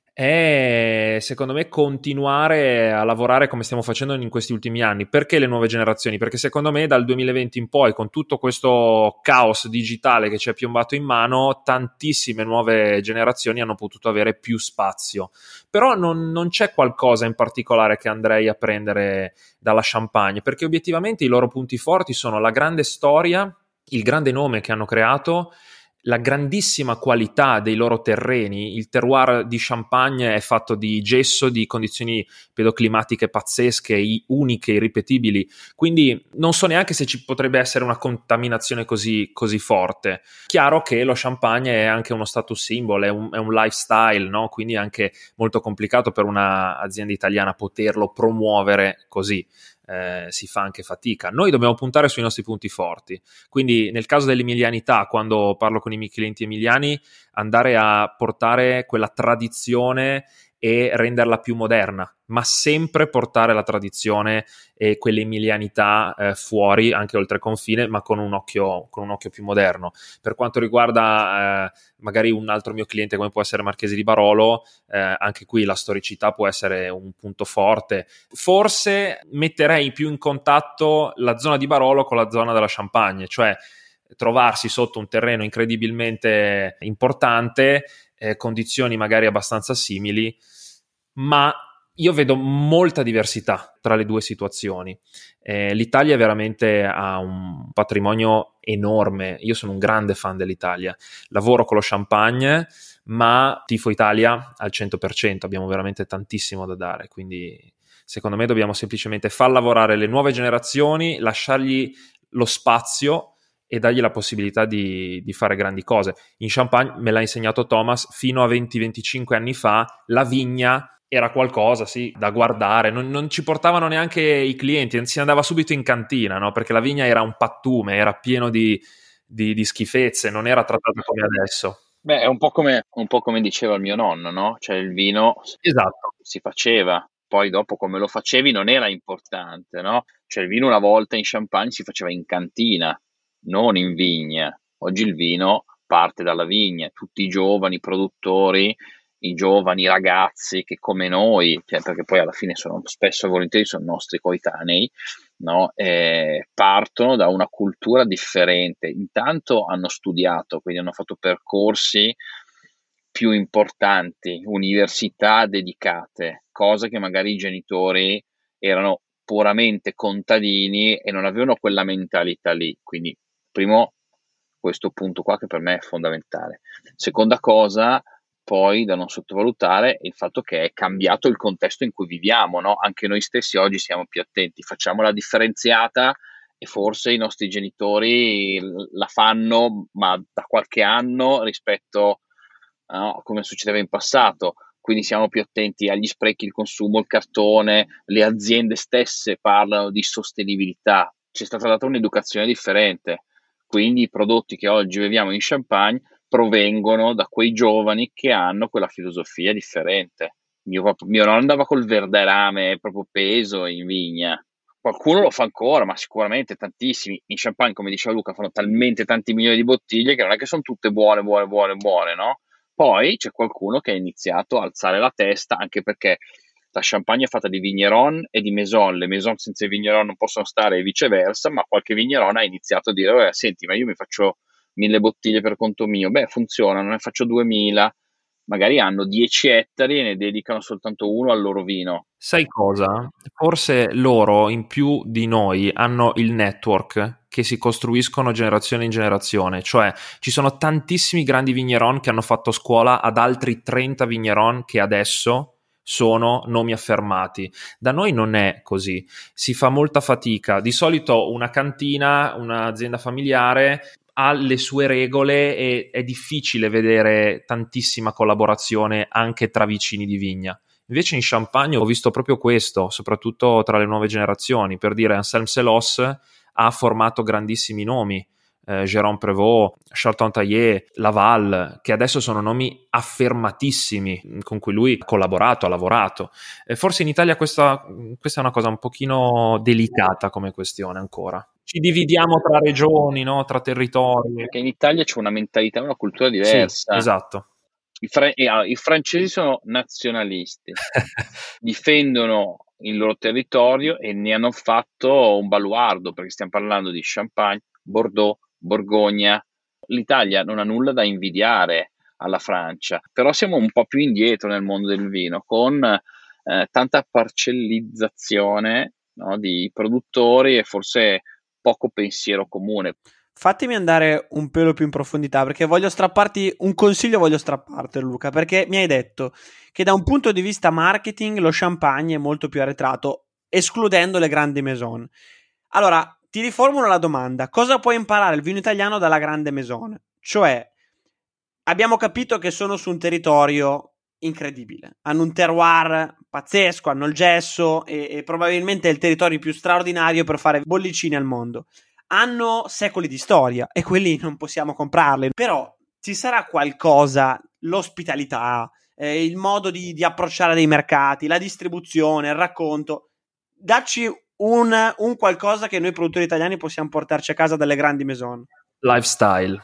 è, secondo me, continuare a lavorare come stiamo facendo in questi ultimi anni. Perché le nuove generazioni? Perché secondo me dal 2020 in poi, con tutto questo caos digitale che ci è piombato in mano, tantissime nuove generazioni hanno potuto avere più spazio. Però non c'è qualcosa in particolare che andrei a prendere dalla Champagne, perché obiettivamente i loro punti forti sono la grande storia, il grande nome che hanno creato, la grandissima qualità dei loro terreni. Il terroir di Champagne è fatto di gesso, di condizioni pedoclimatiche pazzesche, uniche, irripetibili, quindi non so neanche se ci potrebbe essere una contaminazione così forte. Chiaro che lo Champagne è anche uno status symbol, è un lifestyle, no? Quindi è anche molto complicato per un'azienda italiana poterlo promuovere così. si fa anche fatica. Noi dobbiamo puntare sui nostri punti forti, quindi nel caso dell'emilianità, quando parlo con i miei clienti emiliani, andare a portare quella tradizione e renderla più moderna, ma sempre portare la tradizione e quell'emilianità fuori, anche oltre confine, ma con un occhio più moderno. Per quanto riguarda magari un altro mio cliente come può essere Marchesi di Barolo, anche qui la storicità può essere un punto forte. Forse metterei più in contatto la zona di Barolo con la zona della Champagne, cioè trovarsi sotto un terreno incredibilmente importante, condizioni magari abbastanza simili, ma io vedo molta diversità tra le due situazioni. L'Italia veramente ha un patrimonio enorme. Io sono un grande fan dell'Italia, lavoro con lo Champagne, ma tifo Italia al 100%, abbiamo veramente tantissimo da dare, quindi secondo me dobbiamo semplicemente far lavorare le nuove generazioni, lasciargli lo spazio e dargli la possibilità di fare grandi cose. In Champagne, me l'ha insegnato Thomas, fino a 20-25 anni fa la vigna era qualcosa, sì, da guardare, non ci portavano neanche i clienti, si andava subito in cantina, no? Perché la vigna era un pattume, era pieno di schifezze, non era trattata come adesso. Beh, è un po' come diceva il mio nonno, no? Cioè il vino Esatto. si faceva, poi dopo come lo facevi non era importante, no? Cioè il vino una volta in Champagne si faceva in cantina, non in vigna. Oggi il vino parte dalla vigna, tutti i giovani produttori, i giovani ragazzi che come noi, cioè, perché poi alla fine sono spesso e volentieri sono nostri coetanei, no? Partono da una cultura differente. Intanto hanno studiato, quindi hanno fatto percorsi più importanti, università dedicate, cose che magari i genitori erano puramente contadini e non avevano quella mentalità lì. Quindi, primo, questo punto qua che per me è fondamentale. Seconda cosa, poi da non sottovalutare, il fatto che è cambiato il contesto in cui viviamo, no? Anche noi stessi oggi siamo più attenti, facciamo la differenziata e forse i nostri genitori la fanno, ma da qualche anno rispetto a come succedeva in passato. Quindi siamo più attenti agli sprechi, il consumo, il cartone, le aziende stesse parlano di sostenibilità. C'è stata data un'educazione differente. Quindi i prodotti che oggi beviamo in Champagne provengono da quei giovani che hanno quella filosofia differente. Mio nonno andava col verderame proprio peso in vigna. Qualcuno lo fa ancora, ma sicuramente tantissimi. In Champagne, come diceva Luca, fanno talmente tanti milioni di bottiglie che non è che sono tutte buone, no? Poi c'è qualcuno che ha iniziato a alzare la testa, anche perché la Champagne è fatta di vigneron e di maison. Le maison senza i vigneron non possono stare e viceversa, ma qualche vigneron ha iniziato a dire: senti, ma io mi faccio 1000 bottiglie per conto mio. Beh, funziona, non ne faccio 2000. Magari hanno 10 ettari e ne dedicano soltanto uno al loro vino. Sai cosa? Forse loro in più di noi hanno il network che si costruiscono generazione in generazione, cioè ci sono tantissimi grandi vigneron che hanno fatto scuola ad altri 30 vigneron che adesso sono nomi affermati. Da noi non è così, si fa molta fatica. Di solito una cantina, un'azienda familiare ha le sue regole e è difficile vedere tantissima collaborazione anche tra vicini di vigna. Invece in Champagne ho visto proprio questo, soprattutto tra le nuove generazioni. Per dire, Anselme Selos ha formato grandissimi nomi, Jérôme Prévost, Charton Taillet, Laval, che adesso sono nomi affermatissimi con cui lui ha collaborato, ha lavorato. Forse in Italia questa è una cosa un pochino delicata come questione ancora. Ci dividiamo tra regioni, no? Tra territori. Perché in Italia c'è una mentalità, una cultura diversa. Sì, esatto. I francesi sono nazionalisti, difendono il loro territorio e ne hanno fatto un baluardo, perché stiamo parlando di Champagne, Bordeaux, Borgogna. L'Italia non ha nulla da invidiare alla Francia, però siamo un po' più indietro nel mondo del vino, con tanta parcellizzazione, no, di produttori e forse poco pensiero comune. Fatemi andare un pelo più in profondità, perché voglio strapparti un consiglio, Luca, perché mi hai detto che da un punto di vista marketing lo Champagne è molto più arretrato, escludendo le grandi maison. Allora, ti riformulo la domanda: cosa può imparare il vino italiano dalla grande maison? Cioè, abbiamo capito che sono su un territorio incredibile. Hanno un terroir pazzesco, hanno il gesso e probabilmente il territorio più straordinario per fare bollicine al mondo. Hanno secoli di storia e quelli non possiamo comprarli, però ci sarà qualcosa, l'ospitalità, il modo di approcciare dei mercati, la distribuzione, il racconto. Dacci un qualcosa che noi produttori italiani possiamo portarci a casa dalle grandi maison. Lifestyle.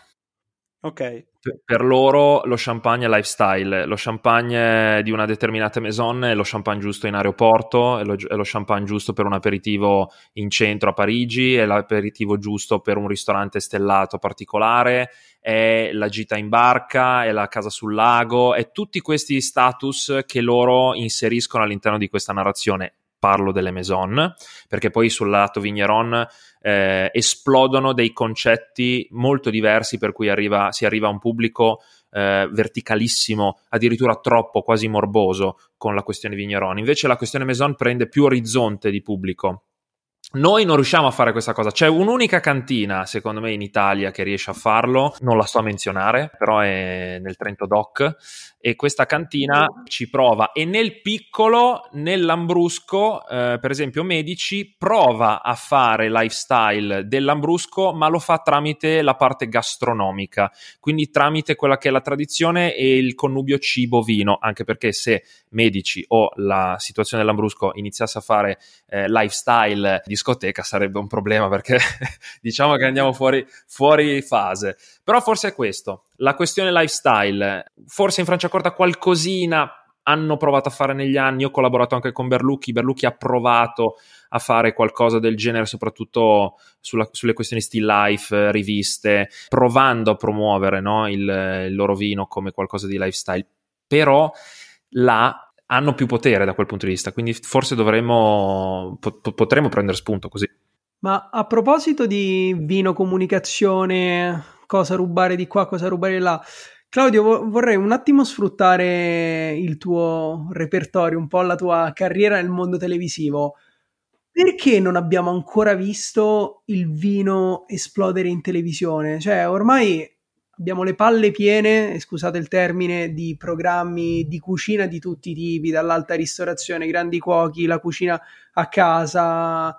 Ok. Per loro lo champagne è lifestyle, lo champagne di una determinata maison è lo champagne giusto in aeroporto, è lo champagne giusto per un aperitivo in centro a Parigi, è l'aperitivo giusto per un ristorante stellato particolare, è la gita in barca, è la casa sul lago, è tutti questi status che loro inseriscono all'interno di questa narrazione. Parlo delle maison, perché poi sul lato vigneron esplodono dei concetti molto diversi, per cui si arriva a un pubblico verticalissimo, addirittura troppo, quasi morboso con la questione vigneron. Invece la questione maison prende più orizzonte di pubblico. Noi non riusciamo a fare questa cosa. C'è un'unica cantina, secondo me, in Italia che riesce a farlo, non la sto a menzionare, però è nel Trento Doc, e questa cantina ci prova. E nel piccolo, nel Lambrusco, per esempio Medici prova a fare lifestyle del Lambrusco, ma lo fa tramite la parte gastronomica, quindi tramite quella che è la tradizione e il connubio cibo-vino, anche perché se Medici o la situazione del Lambrusco iniziasse a fare lifestyle discoteca sarebbe un problema, perché diciamo che andiamo fuori fase. Però forse è questo, la questione lifestyle. Forse in Franciacorta qualcosina hanno provato a fare negli anni. Io ho collaborato anche con Berlucchi ha provato a fare qualcosa del genere, soprattutto sulle questioni still life, riviste, provando a promuovere, no, il loro vino come qualcosa di lifestyle, però là hanno più potere da quel punto di vista, quindi forse potremmo prendere spunto così. Ma a proposito di vino, comunicazione, cosa rubare di qua, cosa rubare di là, Claudio, vorrei un attimo sfruttare il tuo repertorio, un po' la tua carriera nel mondo televisivo. Perché non abbiamo ancora visto il vino esplodere in televisione? Cioè, ormai abbiamo le palle piene, scusate il termine, di programmi di cucina di tutti i tipi, dall'alta ristorazione, grandi cuochi, la cucina a casa,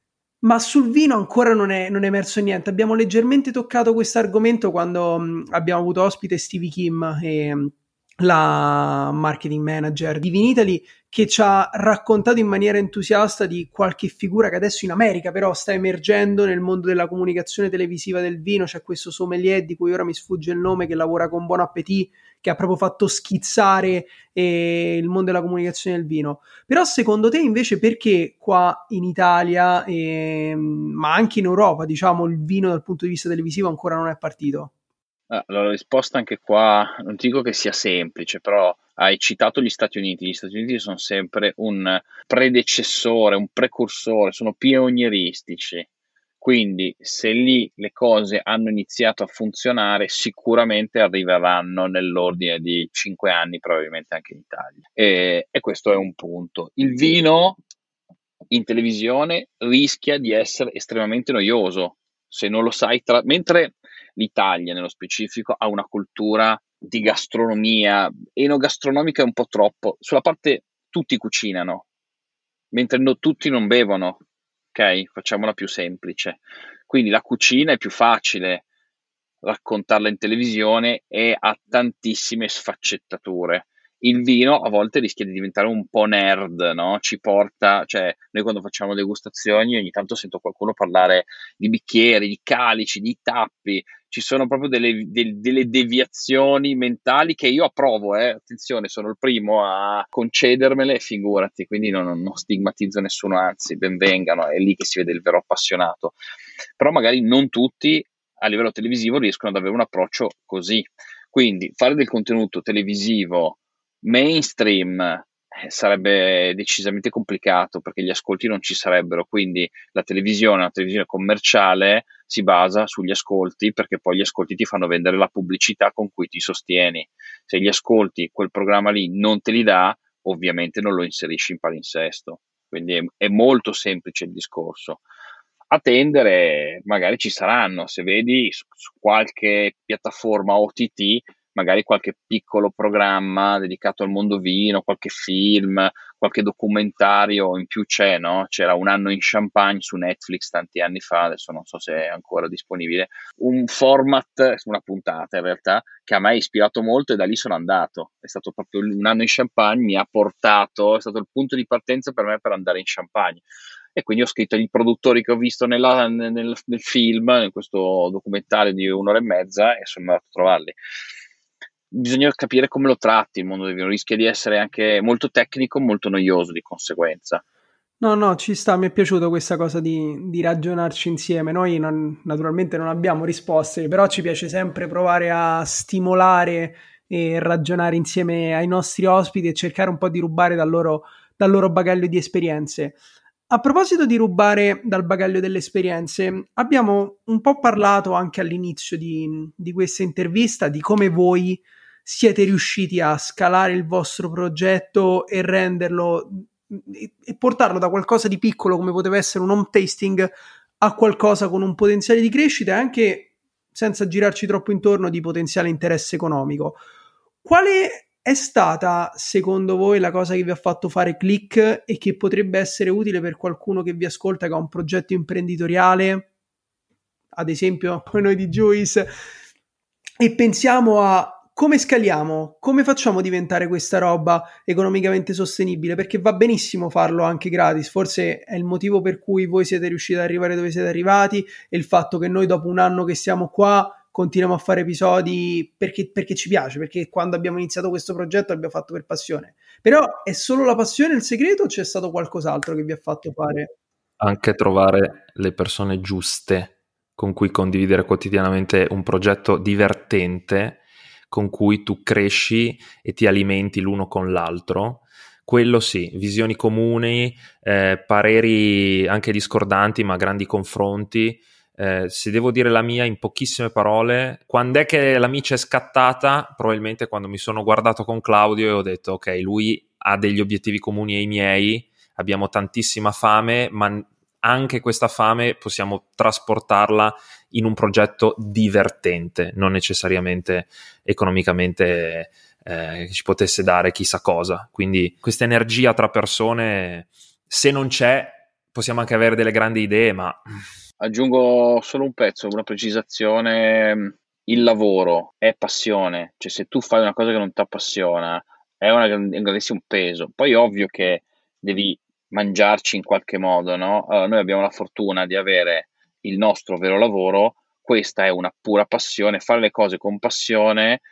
ma sul vino ancora non è emerso niente. Abbiamo leggermente toccato questo argomento quando abbiamo avuto ospite Stevie Kim e la marketing manager di Vinitaly, che ci ha raccontato in maniera entusiasta di qualche figura che adesso in America però sta emergendo nel mondo della comunicazione televisiva del vino. C'è questo sommelier di cui ora mi sfugge il nome, che lavora con Bon Appetit, che ha proprio fatto schizzare il mondo della comunicazione del vino. Però secondo te invece perché qua in Italia, ma anche in Europa, diciamo, il vino dal punto di vista televisivo ancora non è partito? Allora, la risposta anche qua, non ti dico che sia semplice, però hai citato gli Stati Uniti. Gli Stati Uniti sono sempre un predecessore, un precursore, sono pionieristici. Quindi se lì le cose hanno iniziato a funzionare, sicuramente arriveranno nell'ordine di 5 anni, probabilmente anche in Italia. E questo è un punto. Il vino in televisione rischia di essere estremamente noioso, se non lo sai, mentre l'Italia nello specifico ha una cultura di gastronomia, enogastronomica è un po' troppo, sulla parte tutti cucinano, mentre tutti non bevono, ok? Facciamola più semplice. Quindi la cucina è più facile raccontarla in televisione e ha tantissime sfaccettature. Il vino a volte rischia di diventare un po' nerd, no? Ci porta, cioè noi quando facciamo degustazioni ogni tanto sento qualcuno parlare di bicchieri, di calici, di tappi, ci sono proprio delle deviazioni mentali che io approvo, attenzione, sono il primo a concedermele, figurati, quindi non stigmatizzo nessuno, anzi ben vengano, è lì che si vede il vero appassionato. Però magari non tutti a livello televisivo riescono ad avere un approccio così, quindi fare del contenuto televisivo mainstream sarebbe decisamente complicato, perché gli ascolti non ci sarebbero. Quindi la televisione commerciale si basa sugli ascolti, perché poi gli ascolti ti fanno vendere la pubblicità con cui ti sostieni. Se gli ascolti quel programma lì non te li dà, ovviamente non lo inserisci in palinsesto. Quindi è molto semplice il discorso. A tendere magari ci saranno, se vedi su qualche piattaforma OTT magari qualche piccolo programma dedicato al mondo vino, qualche film, qualche documentario in più c'è, no? C'era Un anno in Champagne su Netflix tanti anni fa, adesso non so se è ancora disponibile, un format, una puntata in realtà, che a me ha ispirato molto e da lì sono andato. È stato proprio Un anno in Champagne, mi ha portato, è stato il punto di partenza per me per andare in Champagne. E quindi ho scritto ai produttori che ho visto nel film, in questo documentario di 1 ora e mezza, e sono andato a trovarli. Bisogna capire come lo tratti il mondo del vino, rischia di essere anche molto tecnico, molto noioso di conseguenza. No, ci sta, mi è piaciuta questa cosa di ragionarci insieme. Noi naturalmente non abbiamo risposte, però ci piace sempre provare a stimolare e ragionare insieme ai nostri ospiti e cercare un po' di rubare dal loro bagaglio di esperienze. A proposito di rubare dal bagaglio delle esperienze, abbiamo un po' parlato anche all'inizio di questa intervista di come voi siete riusciti a scalare il vostro progetto e renderlo e portarlo da qualcosa di piccolo come poteva essere un home tasting a qualcosa con un potenziale di crescita e anche, senza girarci troppo intorno, di potenziale interesse economico. Quale è stata, secondo voi, la cosa che vi ha fatto fare click e che potrebbe essere utile per qualcuno che vi ascolta che ha un progetto imprenditoriale, ad esempio come noi di Juice, e pensiamo a come scaliamo, come facciamo diventare questa roba economicamente sostenibile, perché va benissimo farlo anche gratis, forse è il motivo per cui voi siete riusciti ad arrivare dove siete arrivati e il fatto che noi dopo un anno che siamo qua continuiamo a fare episodi perché ci piace, perché quando abbiamo iniziato questo progetto l'abbiamo fatto per passione. Però è solo la passione il segreto o c'è stato qualcos'altro che vi ha fatto fare? Anche trovare le persone giuste con cui condividere quotidianamente un progetto divertente, con cui tu cresci e ti alimenti l'uno con l'altro. Quello sì, visioni comuni, pareri anche discordanti, ma grandi confronti. Se devo dire la mia in pochissime parole, quando è che l'amica è scattata? Probabilmente quando mi sono guardato con Claudio e ho detto ok, lui ha degli obiettivi comuni ai miei, abbiamo tantissima fame, ma anche questa fame possiamo trasportarla in un progetto divertente, non necessariamente economicamente che ci potesse dare chissà cosa. Quindi questa energia tra persone, se non c'è, possiamo anche avere delle grandi idee, ma... Aggiungo solo un pezzo, una precisazione. Il lavoro è passione, cioè se tu fai una cosa che non ti appassiona è un grandissimo peso. Poi è ovvio che devi mangiarci in qualche modo, no? Allora, noi abbiamo la fortuna di avere il nostro vero lavoro, questa è una pura passione, fare le cose con passione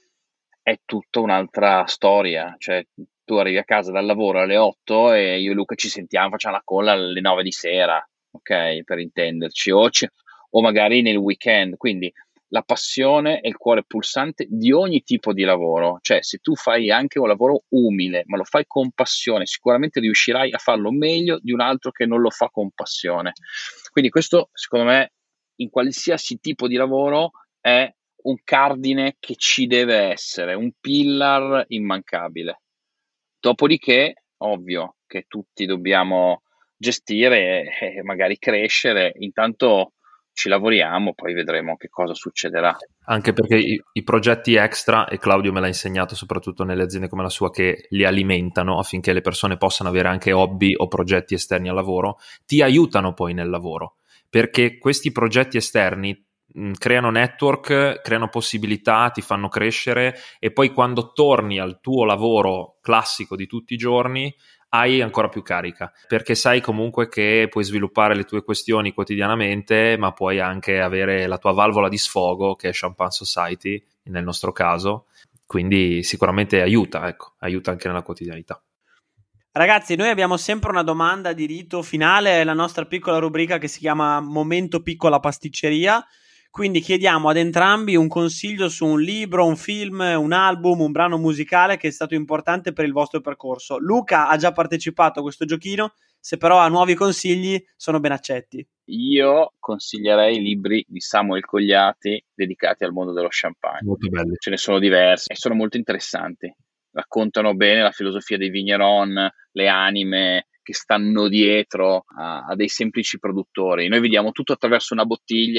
è tutta un'altra storia, cioè tu arrivi a casa dal lavoro alle 8 e io e Luca ci sentiamo, facciamo la call alle 9 di sera, ok? Per intenderci, o magari nel weekend, quindi la passione è il cuore pulsante di ogni tipo di lavoro, cioè se tu fai anche un lavoro umile, ma lo fai con passione, sicuramente riuscirai a farlo meglio di un altro che non lo fa con passione. Quindi questo, secondo me, in qualsiasi tipo di lavoro è un cardine che ci deve essere, un pillar immancabile. Dopodiché, ovvio che tutti dobbiamo gestire e magari crescere, intanto ci lavoriamo, poi vedremo che cosa succederà. Anche perché i progetti extra, e Claudio me l'ha insegnato soprattutto nelle aziende come la sua, che li alimentano affinché le persone possano avere anche hobby o progetti esterni al lavoro, ti aiutano poi nel lavoro, perché questi progetti esterni creano network, creano possibilità, ti fanno crescere e poi quando torni al tuo lavoro classico di tutti i giorni hai ancora più carica, perché sai comunque che puoi sviluppare le tue questioni quotidianamente, ma puoi anche avere la tua valvola di sfogo, che è Champagne Society nel nostro caso, quindi sicuramente aiuta, ecco, aiuta anche nella quotidianità. Ragazzi, noi abbiamo sempre una domanda di rito finale, è la nostra piccola rubrica che si chiama Momento Piccola Pasticceria. Quindi chiediamo ad entrambi un consiglio su un libro, un film, un album, un brano musicale che è stato importante per il vostro percorso. Luca ha già partecipato a questo giochino, se però ha nuovi consigli sono ben accetti. Io consiglierei i libri di Samuel Cogliati dedicati al mondo dello champagne. Molto belli. Ce ne sono diversi e sono molto interessanti. Raccontano bene la filosofia dei vigneron, le anime che stanno dietro a dei semplici produttori. Noi vediamo tutto attraverso una bottiglia,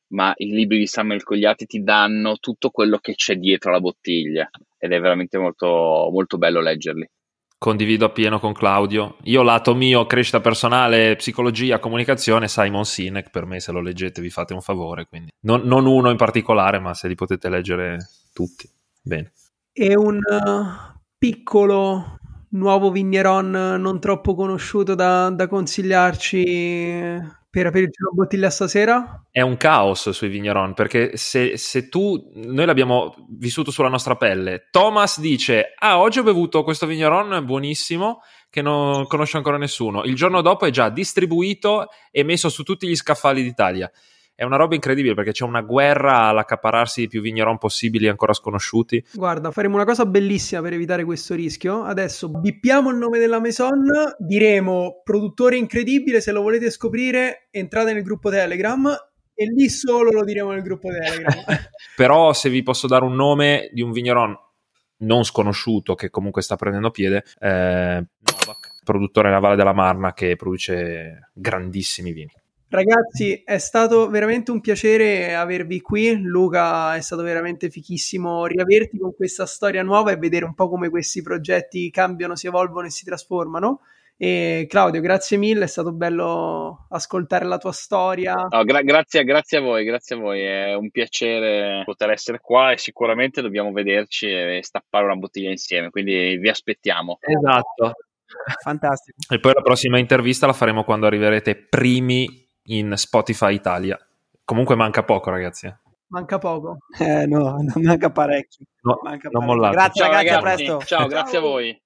ma i libri di Samuel Cogliati ti danno tutto quello che c'è dietro la bottiglia ed è veramente molto, molto bello leggerli. Condivido appieno con Claudio. Io lato mio, crescita personale, psicologia, comunicazione, Simon Sinek, per me se lo leggete vi fate un favore, quindi non uno in particolare, ma se li potete leggere tutti. Bene. E un piccolo nuovo vigneron non troppo conosciuto da consigliarci per aprirci una bottiglia stasera? È un caos sui vigneron, perché se noi l'abbiamo vissuto sulla nostra pelle. Thomas dice: oggi ho bevuto questo vigneron buonissimo che non conosce ancora nessuno. Il giorno dopo è già distribuito e messo su tutti gli scaffali d'Italia. È una roba incredibile, perché c'è una guerra all'accapararsi i più vigneron possibili ancora sconosciuti. Guarda, faremo una cosa bellissima per evitare questo rischio. Adesso bippiamo il nome della Maison, diremo produttore incredibile, se lo volete scoprire entrate nel gruppo Telegram e lì solo lo diremo nel gruppo Telegram. Però se vi posso dare un nome di un vigneron non sconosciuto che comunque sta prendendo piede, Novak, produttore nella Valle della Marna, che produce grandissimi vini. Ragazzi, è stato veramente un piacere avervi qui. Luca, è stato veramente fichissimo riaverti con questa storia nuova e vedere un po' come questi progetti cambiano, si evolvono e si trasformano. E Claudio, grazie mille, è stato bello ascoltare la tua storia. Grazie a voi, è un piacere poter essere qua e sicuramente dobbiamo vederci e stappare una bottiglia insieme, quindi vi aspettiamo. Esatto. Fantastico. E poi la prossima intervista la faremo quando arriverete primi in Spotify Italia. Comunque manca poco, ragazzi. Manca poco. No, manca parecchio. No, Manca non parecchio. mollate. Grazie Ciao, ragazzi, a ragazzi. presto. Ciao, grazie a voi.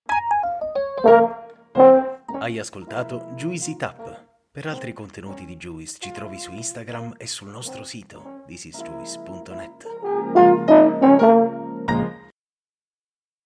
Hai ascoltato Juicy Tap. Per altri contenuti di Juice ci trovi su Instagram e sul nostro sito thisisjuice.net.